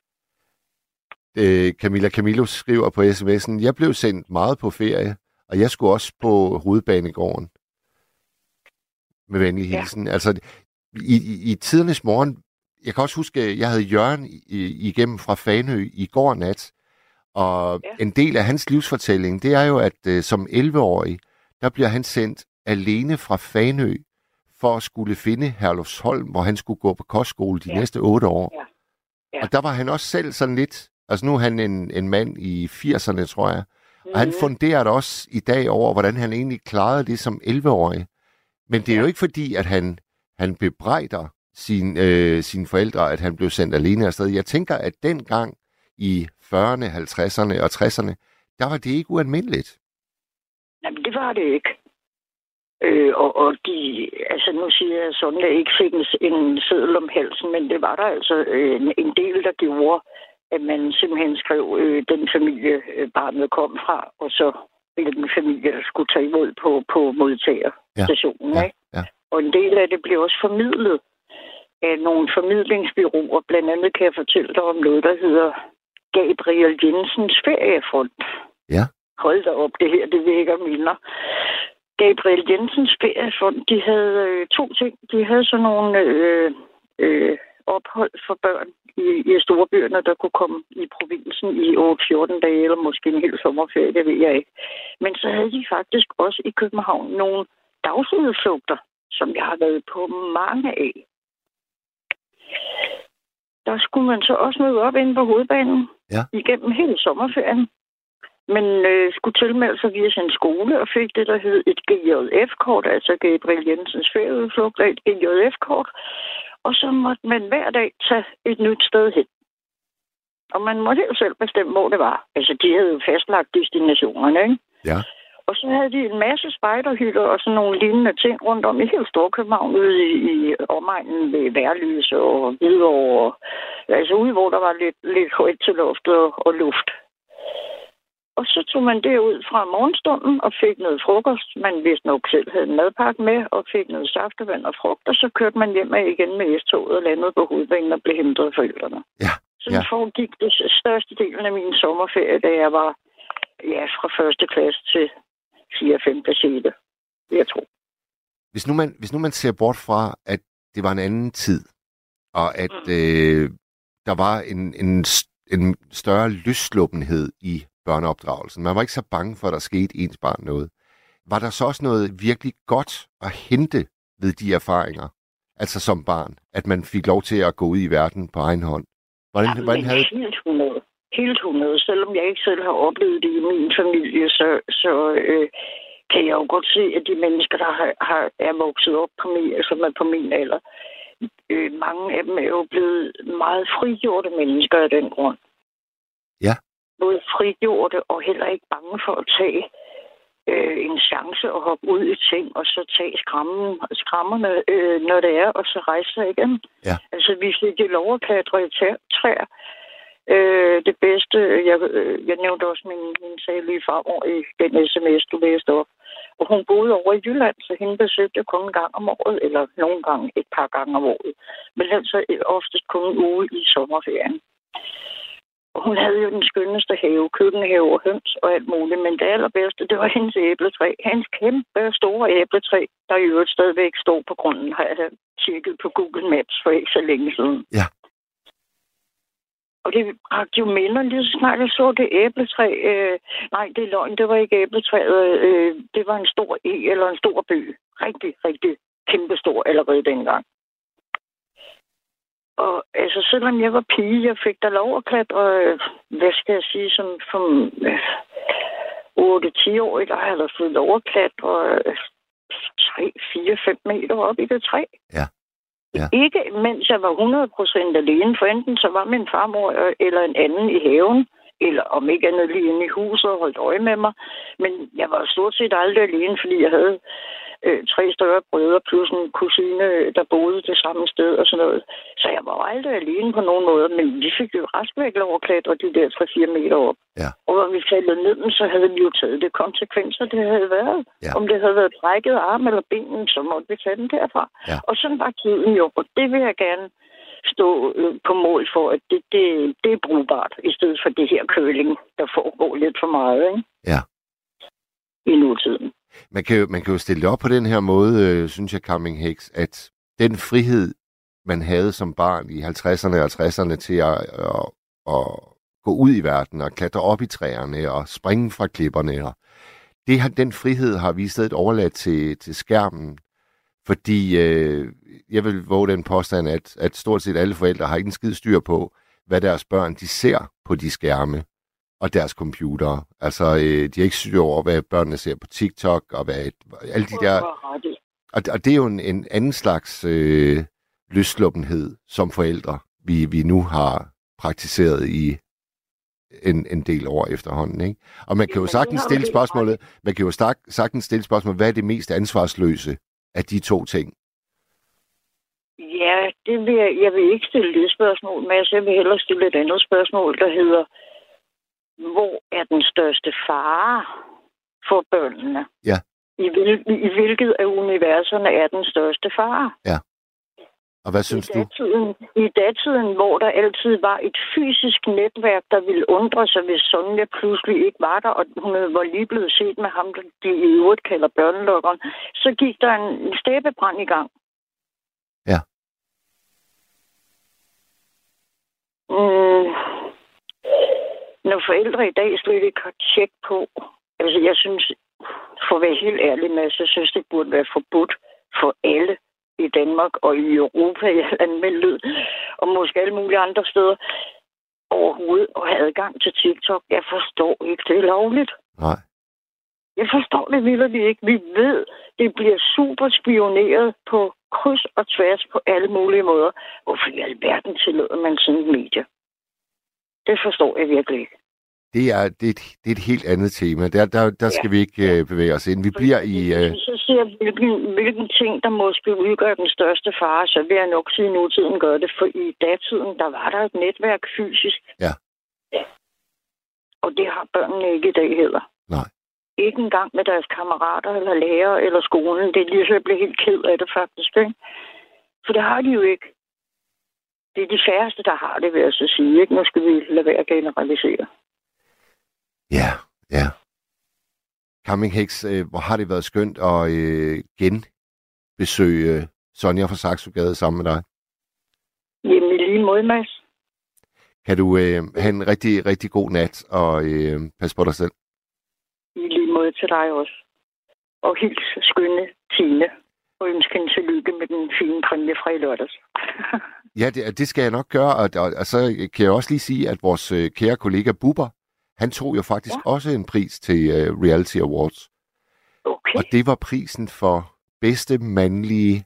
Camilla Camillo skriver på sms'en, jeg blev sendt meget på ferie, og jeg skulle også på Hovedbanegården. Med venlig hilsen. Ja. Altså, i tidernes morgen, jeg kan også huske, jeg havde Jørgen igennem fra Fanø i går nat, og en del af hans livsfortælling, det er jo, at som 11-årig, der bliver han sendt alene fra Fanø for at skulle finde Herlufsholm, hvor han skulle gå på kostskole de næste 8 år. Ja. Ja. Og der var han også selv sådan lidt, altså nu er han en mand i 80'erne, tror jeg, og han funderede også i dag over, hvordan han egentlig klarede det som 11-årig. Men det er jo ikke fordi, at han bebrejder sine forældre, at han blev sendt alene afsted. Jeg tænker, at dengang i 40'erne, 50'erne og 60'erne, der var det ikke ualmindeligt. Jamen, det var det ikke. Og de, altså nu siger jeg sådan, at jeg ikke fik en seddel om halsen, men det var der altså en del, der gjorde, at man simpelthen skrev den familie, barnet kom fra, og så den familie, der skulle tage imod på modtagerstationen. Ja. Ikke? Ja. Og en del af det blev også formidlet af nogle formidlingsbyråer. Blandt andet kan jeg fortælle dig om noget, der hedder Gabriel Jensens Feriefond. Ja. Hold da op, det vækker minder. Gabriel Jensens Feriefond, de havde 2 ting. De havde sådan nogle ophold for børn i storbyerne, der kunne komme i provinsen i 8-14 dage, eller måske en hel sommerferie, det ved jeg ikke. Men så havde de faktisk også i København nogle dagsudflugter, som jeg har været på mange af. Der skulle man så også møde op inde på Hovedbanen igennem hele sommerferien. Men skulle tilmelde sig via sin skole og fik det, der hed et GJF-kort, altså Gabriel Jensens ferieudflugt, et GJF-kort. Og så måtte man hver dag tage et nyt sted hen. Og man måtte helt selv bestemme, hvor det var. Altså, de havde jo fastlagt destinationerne, ikke? Ja. Og så havde de en masse spejderhytter og sådan nogle lignende ting rundt om i hele Storkøbenhavn, ude i omegnen ved Værløse og Hvidovre. Altså ude, hvor der var lidt højt til loftet og luft. Og så tog man derud fra morgenstunden og fik noget frokost. Man vidste nok selv havde en madpakke med og fik noget saftevand og frugt. Og så kørte man hjem igen med S-toget og landede på Hovedbanen og blev hentet af forældrene. Ja. Så foregik det største delen af min sommerferie, da jeg var fra 1. klasse til 4. 5. 6. Jeg tror. Hvis nu man ser bort fra, at det var en anden tid, og at der var en større løssluppenhed i børneopdragelsen. Man var ikke så bange for, at der skete ens barn noget. Var der så også noget virkelig godt at hente ved de erfaringer, altså som barn, at man fik lov til at gå ud i verden på egen hånd? Hvordan havde... Helt 100. Selvom jeg ikke selv har oplevet det i min familie, så kan jeg jo godt se, at de mennesker, der er vokset op på min, som er på min alder, mange af dem er jo blevet meget frigjorte mennesker af den grund. Ja. Både frigjorte og heller ikke bange for at tage en chance og hoppe ud i ting, og så tage skræmmerne, når det er, og så rejse sig igen. Ja. Altså, vi fik lov at klatre i træer. Det bedste, jeg nævnte også min salige farmor i den sms, du læste op. Og hun boede over i Jylland, så hende besøgte jeg kun en gang om året, eller nogle gange et par gange om året. Men altså oftest kun en uge i sommerferien. Og hun havde jo den skønneste have, køkkenhave og høns og alt muligt, men det allerbedste, det var hendes æbletræ. Hendes kæmpe store æbletræ, der i øvrigt stadigvæk stod på grunden, har jeg tjekket på Google Maps for ikke så længe siden. Ja. Og det bragte jo minder, lige så snart jeg så det æbletræ. Nej, det er løgn, det var ikke æbletræet. Det var en stor eller en stor by. Rigtig, rigtig kæmpestor allerede dengang. Og altså, selvom jeg var pige, jeg fik da lov at klatre, hvad skal jeg sige, som 8-10-årig, der har jeg fået lov at klatre 3, 4, 5 meter op i det træ. Ja. Ja. Ikke mens jeg var 100% alene, for enten så var min farmor eller en anden i haven, eller om ikke andet lige inde i huset og holdt øje med mig. Men jeg var stort set aldrig alene, fordi jeg havde 3 større brødre plus en kusine, der boede det samme sted og sådan noget. Så jeg var aldrig alene på nogen måde, men vi fik jo raskvæk lov at klatre de der 3-4 meter op. Ja. Og når vi faldt ned, så havde vi jo taget det konsekvenser, det havde været. Ja. Om det havde været brækket arm eller benen, så måtte vi tage den derfra. Ja. Og sådan var tiden jo, og det vil jeg gerne stå på mål for, at det er brugbart, i stedet for det her køling, der foregår lidt for meget, ikke? Ja. I nutiden. Man kan jo stille det op på den her måde, synes jeg, Carmen Hicks, at den frihed, man havde som barn i 50'erne og 60'erne til at gå ud i verden og klatre op i træerne og springe fra klipperne, Den frihed har vi i stedet overladt til skærmen, fordi jeg vil våge den påstand, at stort set alle forældre har ikke en skid styr på, hvad deres børn de ser på de skærme og deres computere. Altså, de er ikke styr over, hvad børnene ser på TikTok og hvad alle de der... Og det er jo en anden slags løssluppenhed som forældre, vi nu har praktiseret i en del år efterhånden, ikke? Og man kan jo sagtens stille spørgsmålet, hvad er det mest ansvarsløse af de to ting? Ja, jeg vil ikke stille det spørgsmål, men jeg vil hellere stille et andet spørgsmål, der hedder, hvor er den største fare for børnene? Ja. I hvilket af universerne er den største fare? Ja. Og hvad synes du? I datiden, hvor der altid var et fysisk netværk, der ville undre sig, hvis Sonja pludselig ikke var der, og hun var lige blevet set med ham, de i øvrigt kalder børnelokkeren, så gik der en stæbebrand i gang. Ja. Når forældre i dag slet ikke har tjek på, altså jeg synes, for at være helt ærlig med, så synes det burde være forbudt for alle i Danmark og i Europa, i almindelighed, og måske alle mulige andre steder, overhovedet at have adgang til TikTok. Jeg forstår ikke, det er lovligt. Nej. Jeg forstår det vildt ikke. Vi ved, det bliver super spioneret på kryds og tværs på alle mulige måder. Hvorfor i alverden tillader man sådan et medie? Det forstår jeg virkelig ikke. Det er et helt andet tema. Der skal vi ikke bevæge os ind. Vi bliver i... Hvis jeg ser, hvilken ting, der måske udgør den største fare, så vil jeg nok sige, at nutiden gør det. For i datiden, der var der et netværk fysisk. Ja. Og det har børnene ikke i dag heller. Nej. Ikke engang med deres kammerater eller lærer eller skolen. Det er lige så jeg bliver helt ked af det faktisk. Ikke? For det har de jo ikke. Det er de færreste, der har det, vil jeg så sige. Ikke? Nu skal vi lade være at generalisere. Ja. Coming Hicks, hvor har det været skønt at genbesøge Sonja fra Saxogade sammen med dig. Jamen, i lige måde, Mads. Kan du have en rigtig, rigtig god nat og passe på dig selv? I lige måde til dig også. Og hils skønne Tine. Og ønske hende tillykke med den fine præmie fra i lørdags. Ja, det skal jeg nok gøre. Og så kan jeg også lige sige, at vores kære kollega Bubber, han tog jo faktisk også en pris til Reality Awards. Okay. Og det var prisen for bedste mandlige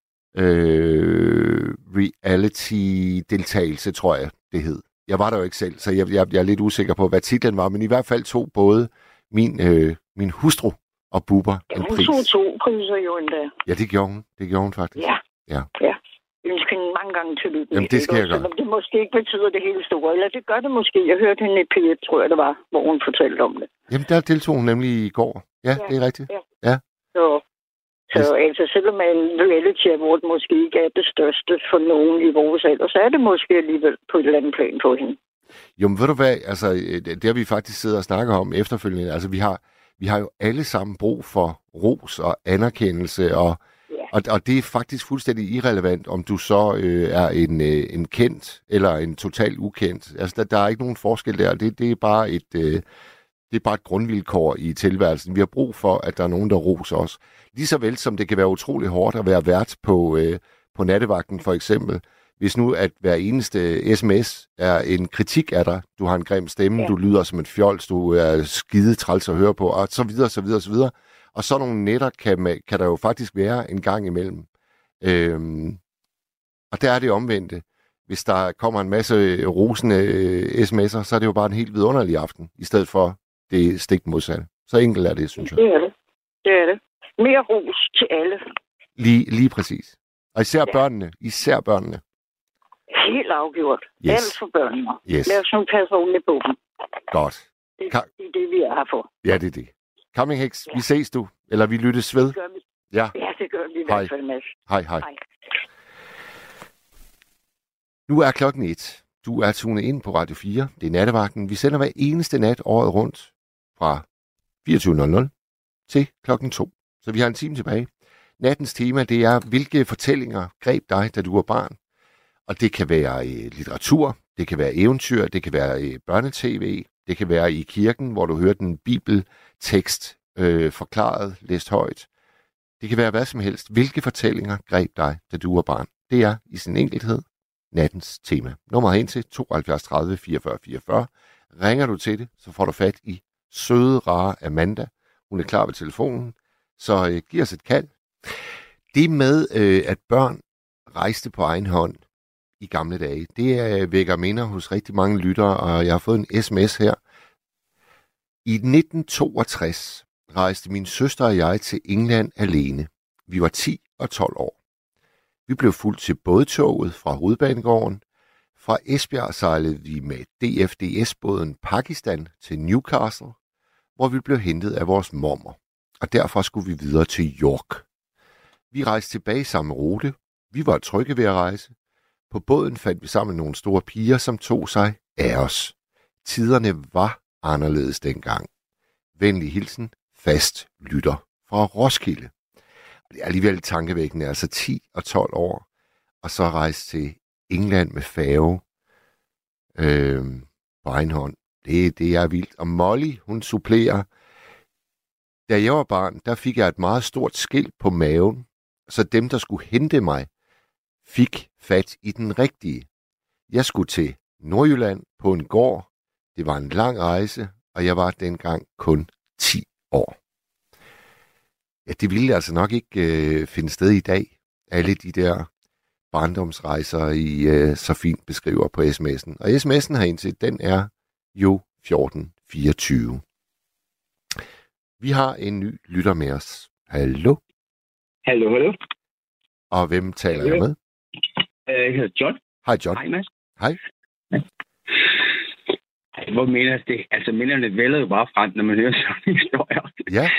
reality-deltagelse, tror jeg, det hed. Jeg var der jo ikke selv, så jeg er lidt usikker på, hvad titlen var, men i hvert fald tog både min hustru og Bubber en pris. Hun tog 2 priser jo endda. Ja, det gjorde hun. Det gjorde hun faktisk. Ja. Jeg ønsker hende mange gange tillykke. Jamen, det skal jeg gøre. Det måske ikke betyder det hele store, eller det gør det måske. Jeg hørte hende i P1, tror jeg det var, hvor hun fortalte om det. Jamen, der deltog hun nemlig i går. Ja, det er rigtigt. Ja. Så altså, selvom en reality award måske ikke er det største for nogen i vores alder, så er det måske alligevel på et eller andet plan på hende. Jo, men ved du hvad, altså, det har vi faktisk siddet og snakket om efterfølgende. Altså, vi har jo alle sammen brug for ros og anerkendelse, og det er faktisk fuldstændig irrelevant, om du så er en kendt eller en totalt ukendt. Altså, der er ikke nogen forskel der. Det er bare et grundvilkår i tilværelsen. Vi har brug for, at der er nogen, der roser os. Lige så vel som det kan være utrolig hårdt at være vært på nattevagten, for eksempel. Hvis nu, at hver eneste sms er en kritik af dig, du har en grim stemme, du lyder som en fjols, du er skide træls at høre på, og så videre, så videre, så videre. Og sådan nogle netter kan der jo faktisk være en gang imellem. Og der er det omvendte. Hvis der kommer en masse rosende sms'er, så er det jo bare en helt vidunderlig aften, i stedet for det stik modsatte. Så enkelt er det, synes jeg. Det er det. Mere ros til alle. Lige præcis. Og især børnene. Helt afgjort. Yes. Alt for børnene. Yes. Lad os nu passe ordentligt på dem. Godt. Det er det, vi er her for. Ja, det er det. Coming Hicks, vi ses du. Eller vi lyttes ved. Det gør vi. Ja, det gør vi i hvert fald, Mads. Hej. Nu er klokken 1. Du er tunet ind på Radio 4. Det er nattevagten. Vi sender hver eneste nat året rundt fra 24.00 til klokken 2. Så vi har en time tilbage. Nattens tema, det er, hvilke fortællinger greb dig, da du var barn? Og det kan være litteratur, det kan være eventyr, det kan være børnetv, det kan være i kirken, hvor du hørte en bibeltekst forklaret, læst højt. Det kan være hvad som helst. Hvilke fortællinger greb dig, da du var barn? Det er i sin enkelhed nattens tema. Nummer hen til 72 30 44 44. Ringer du til det, så får du fat i søde, rare Amanda. Hun er klar ved telefonen, så giv os et kald. Det med, at børn rejste på egen hånd i gamle dage, det vækker minder hos rigtig mange lyttere, og jeg har fået en sms her. I 1962 rejste min søster og jeg til England alene. Vi var 10 og 12 år. Vi blev fulgt til bådtoget fra Hovedbanegården. Fra Esbjerg sejlede vi med DFDS-båden Pakistan til Newcastle, hvor vi blev hentet af vores mormor, og derfor skulle vi videre til York. Vi rejste tilbage samme rute. Vi var trygge ved at rejse. På båden fandt vi sammen nogle store piger, som tog sig af os. Tiderne var anderledes dengang. Venlig hilsen, fast lytter fra Roskilde. Det er alligevel tankevækkende, altså 10 og 12 år, og så rejse til England med færge på egen hånd. Det er vildt. Og Molly, hun supplerer. Da jeg var barn, der fik jeg et meget stort skilt på maven, så dem, der skulle hente mig, fik fat i den rigtige. Jeg skulle til Nordjylland på en gård. Det var en lang rejse, og jeg var dengang kun 10 år. Ja, det ville altså nok ikke finde sted i dag. Alle de der barndomsrejser, I så fint beskriver på sms'en. Og sms'en herintil, den er jo 1424. Vi har en ny lytter med os. Hallo? Hallo. Og hvem taler jeg med? Jeg hedder John. Hej John. Hej Mads. Hej. Hvor mener det? Altså minderne vælger jo bare frem, når man hører sådan en historie. Ja.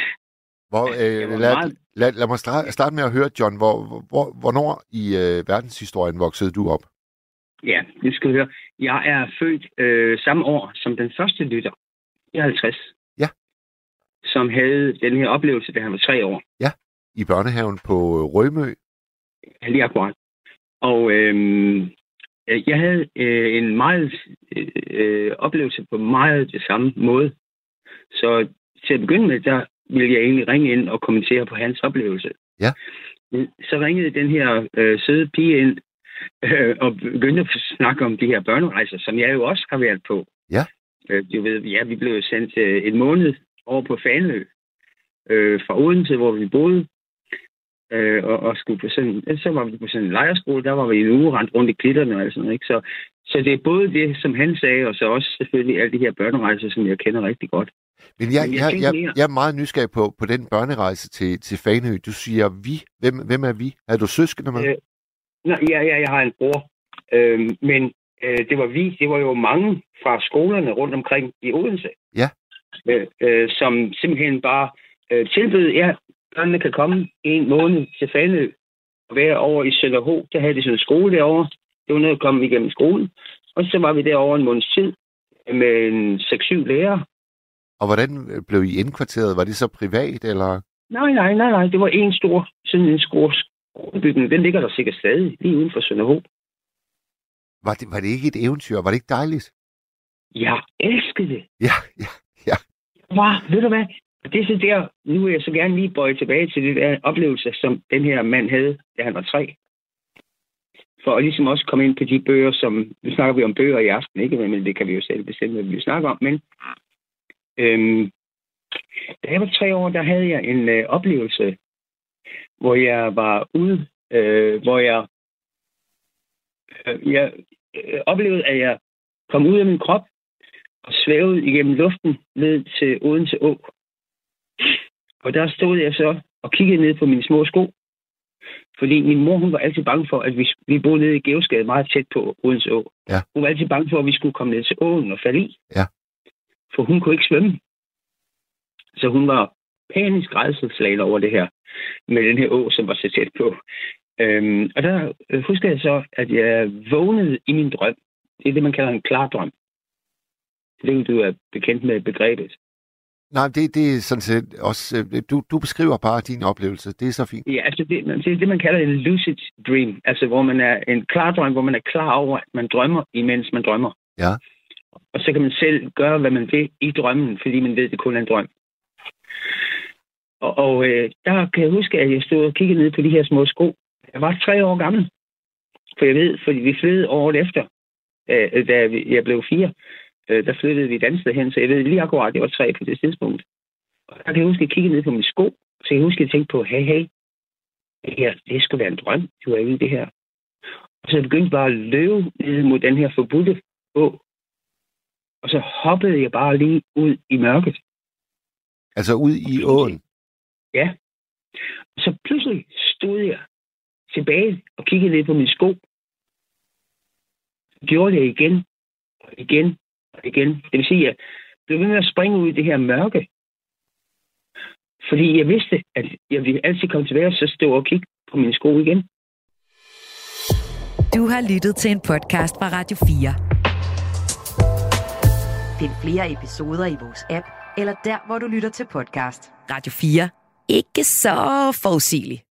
Lad mig starte med at høre, John. Hvornår i verdenshistorien voksede du op? Ja, det skal du høre. Jeg er født samme år som den første lytter. Jeg er 50. Ja. Som havde den her oplevelse, da han var 3 år. Ja, i børnehaven på Rømø. Ja, lige akkurat. Og jeg havde en meget oplevelse på meget det samme måde. Så til at begynde med, der ville jeg egentlig ringe ind og kommentere på hans oplevelse. Ja. Så ringede den her søde pige ind og begyndte at snakke om de her børnerejser, som jeg jo også har været på. Ja. Du ved, ja, vi blev sendt en måned over på Fanø fra Odense, hvor vi boede. Og skulle på så var vi på sådan en lejrskole, der var vi en uge rendt rundt i klitterne og sådan noget, ikke? Så det er både det, som han sagde, og så også selvfølgelig alle de her børnerejser, som jeg kender rigtig godt. Men jeg er meget nysgerrig på den børnerejse til Fanø. Du siger vi. Hvem er vi? Er du søskende med? Jeg har en bror. Men det var vi. Det var jo mange fra skolerne rundt omkring i Odense. Ja. Som simpelthen bare tilbød, ja, børnene kan komme en måned til Fanø og være over i Sønderho. Der havde de sådan en skole derovre. Det var noget at komme igennem skolen. Og så var vi derovre en måneds tid med en 6-7 lærere. Og hvordan blev I indkvarteret? Var det så privat, eller? Nej. Det var en stor skolebygning. Den ligger der sikkert stadig, lige uden for Sønderho. Var det ikke et eventyr? Var det ikke dejligt? Jeg elskede det. Ja. Ved du hvad? Det er så der, nu vil jeg så gerne lige bøje tilbage til det der oplevelse, som den her mand havde, da han var 3. For at ligesom også komme ind på de bøger, som, nu snakker vi om bøger i aften, ikke? Men det kan vi jo selv bestemme, hvad vi vil snakke om. Men da jeg var 3 år, der havde jeg en oplevelse, hvor jeg var ude, hvor jeg oplevede, at jeg kom ud af min krop og svævede igennem luften ned til Odense Å. Og der stod jeg så og kiggede ned på mine små sko. Fordi min mor, hun var altid bange for, at vi boede nede i Gevsgade meget tæt på Odense Å. Ja. Hun var altid bange for, at vi skulle komme ned til åen og falde i. Ja. For hun kunne ikke svømme. Så hun var panisk rædselsslagen over det her. Med den her å, som var så tæt på. Og der husker jeg så, at jeg vågnede i min drøm. Det er det, man kalder en klar drøm. Det er du er bekendt med begrebet. Nej, det er sådan set også... Du beskriver bare din oplevelse. Det er så fint. Ja, altså det er det, man kalder en lucid dream. Altså hvor man er en klar drøm, hvor man er klar over, at man drømmer, imens man drømmer. Ja. Og så kan man selv gøre, hvad man vil i drømmen, fordi man ved, det kun er en drøm. Og der kan jeg huske, at jeg stod og kiggede ned på de her små sko. Jeg var 3 år gammel. For jeg ved, fordi vi flyttede året efter, da jeg blev 4. Der flyttede vi et andet sted hen, så jeg ved lige akkurat, at jeg var 3 på det tidspunkt. Og der kan jeg huske, at jeg kiggede ned på mine sko. Så jeg husker, at jeg tænkte på, hey, det skulle være en drøm, du er ude i det her. Og så jeg begyndte bare at løbe ned mod den her forbudte å. Og så hoppede jeg bare lige ud i mørket. Altså ud i åen? Ja. Og så pludselig stod jeg tilbage og kiggede ned på mine sko. Så gjorde jeg igen og igen og igen. Det vil sige, at jeg blev ved med at springe ud i det her mørke. Fordi jeg vidste, at jeg ville altid komme tilbage og så stå og kigge på mine sko igen. Du har lyttet til en podcast fra Radio 4. Find flere episoder i vores app, eller der, hvor du lytter til podcast. Radio 4. Ikke så forudsigeligt.